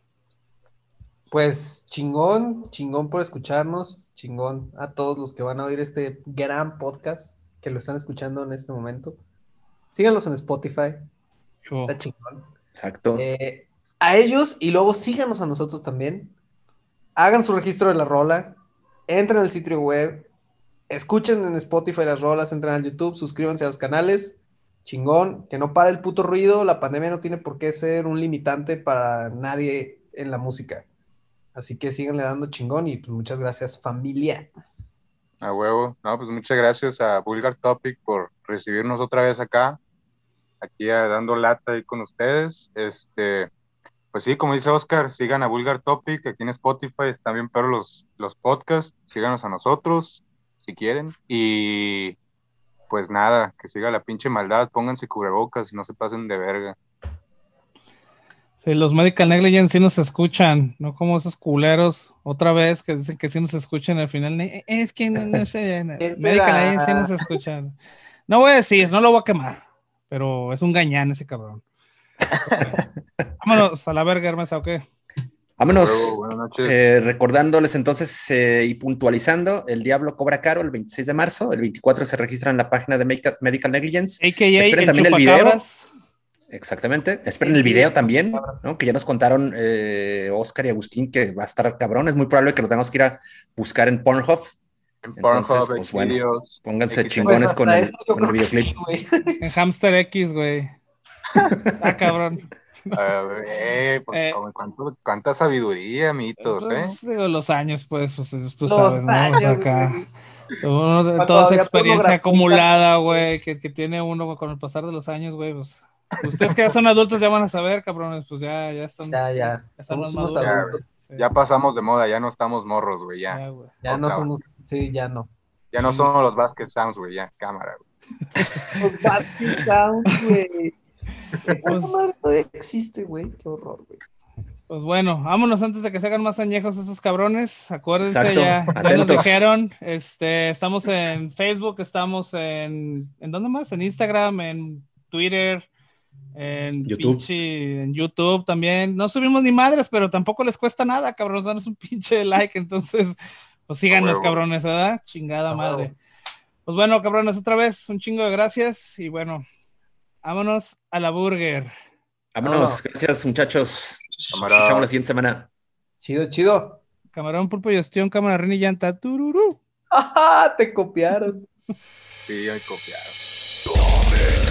Pues chingón por escucharnos, chingón a todos los que van a oír este gran podcast, que lo están escuchando en este momento. Síganlos en Spotify, Oh, está chingón. Exacto. A ellos y luego síganos a nosotros también. Hagan su registro de la rola, entren al sitio web, escuchen en Spotify las rolas, entren al YouTube, suscríbanse a los canales. Chingón, que no pare el puto ruido. La pandemia no tiene por qué ser un limitante para nadie en la música. Así que síganle dando chingón y pues muchas gracias, familia. A huevo. No, pues muchas gracias a Vulgar Topic por recibirnos otra vez acá, aquí dando lata ahí con ustedes. Pues sí, como dice Oscar, sigan a Vulgar Topic aquí en Spotify, están bien pero los podcasts, síganos a nosotros si quieren. Y pues nada, que siga la pinche maldad, pónganse cubrebocas y no se pasen de verga. sí, los Medical Negligence sí nos escuchan, no como esos culeros otra vez que dicen que sí nos escuchan al final. Es que no sé, ¿Quién Medical será? Negligence sí nos escuchan. No voy a decir, no lo voy a quemar, pero es un gañán ese cabrón. Vámonos a la verga, Hermesa, ¿o qué? Vámonos. Buenas noches. Recordándoles entonces y puntualizando, el Diablo cobra caro el 26 de marzo, el 24 se registra en la página de Medical Negligence. A.K.A. Esperen el también el video. chupacabras. Exactamente. Esperen el video también, ¿no? Que ya nos contaron Oscar y Agustín que va a estar cabrón. Es muy probable que lo tengamos que ir a buscar en Pornhub. En Entonces, Pornhub, pues bueno, Xvideos, pónganse X- chingones con hasta el, eso yo con el creo que videoclip. sí, güey. En Hamster X, güey. Ah, cabrón. Cuánta sabiduría, mitos, Pues, digo, los años, pues tú Los sabes, ¿no? O sea, años, acá. güey. Toda esa había experiencia pornografía acumulada, en güey, que tiene uno con el pasar de los años, güey, pues. Ustedes que ya son adultos ya van a saber, cabrones, pues ya están. Ya. Están Somos más unos maduros. adultos. Sí, Ya pasamos de moda, ya no estamos morros, güey, ya. güey. Ya no Otra, somos. Sí, ya no. Ya no Sí. somos los Basket Sounds, güey, ya, cámara, güey. Los Basket Sounds, güey. Pues- Esa madre todavía existe, güey. Qué horror, güey. Pues bueno, vámonos antes de que se hagan más añejos esos cabrones. Acuérdense, Exacto, ya nos atentos. dijeron. Estamos en Facebook, estamos ¿en dónde más? En Instagram, en Twitter, en YouTube. en YouTube también. No subimos ni madres, pero tampoco les cuesta nada, cabrones, danos un pinche like. Entonces, pues síganos, huevo. cabrones, ¿verdad? Chingada madre. Pues bueno, cabrones, otra vez, un chingo de gracias. Y bueno, vámonos a la burger. Vámonos. Gracias, muchachos. Nos Cámara. escuchamos la siguiente semana. Chido. Camarón, pulpo y ostión, cámara, rin y llanta. Tururú. ¡Ajá! Te copiaron. Sí, ya me copiaron.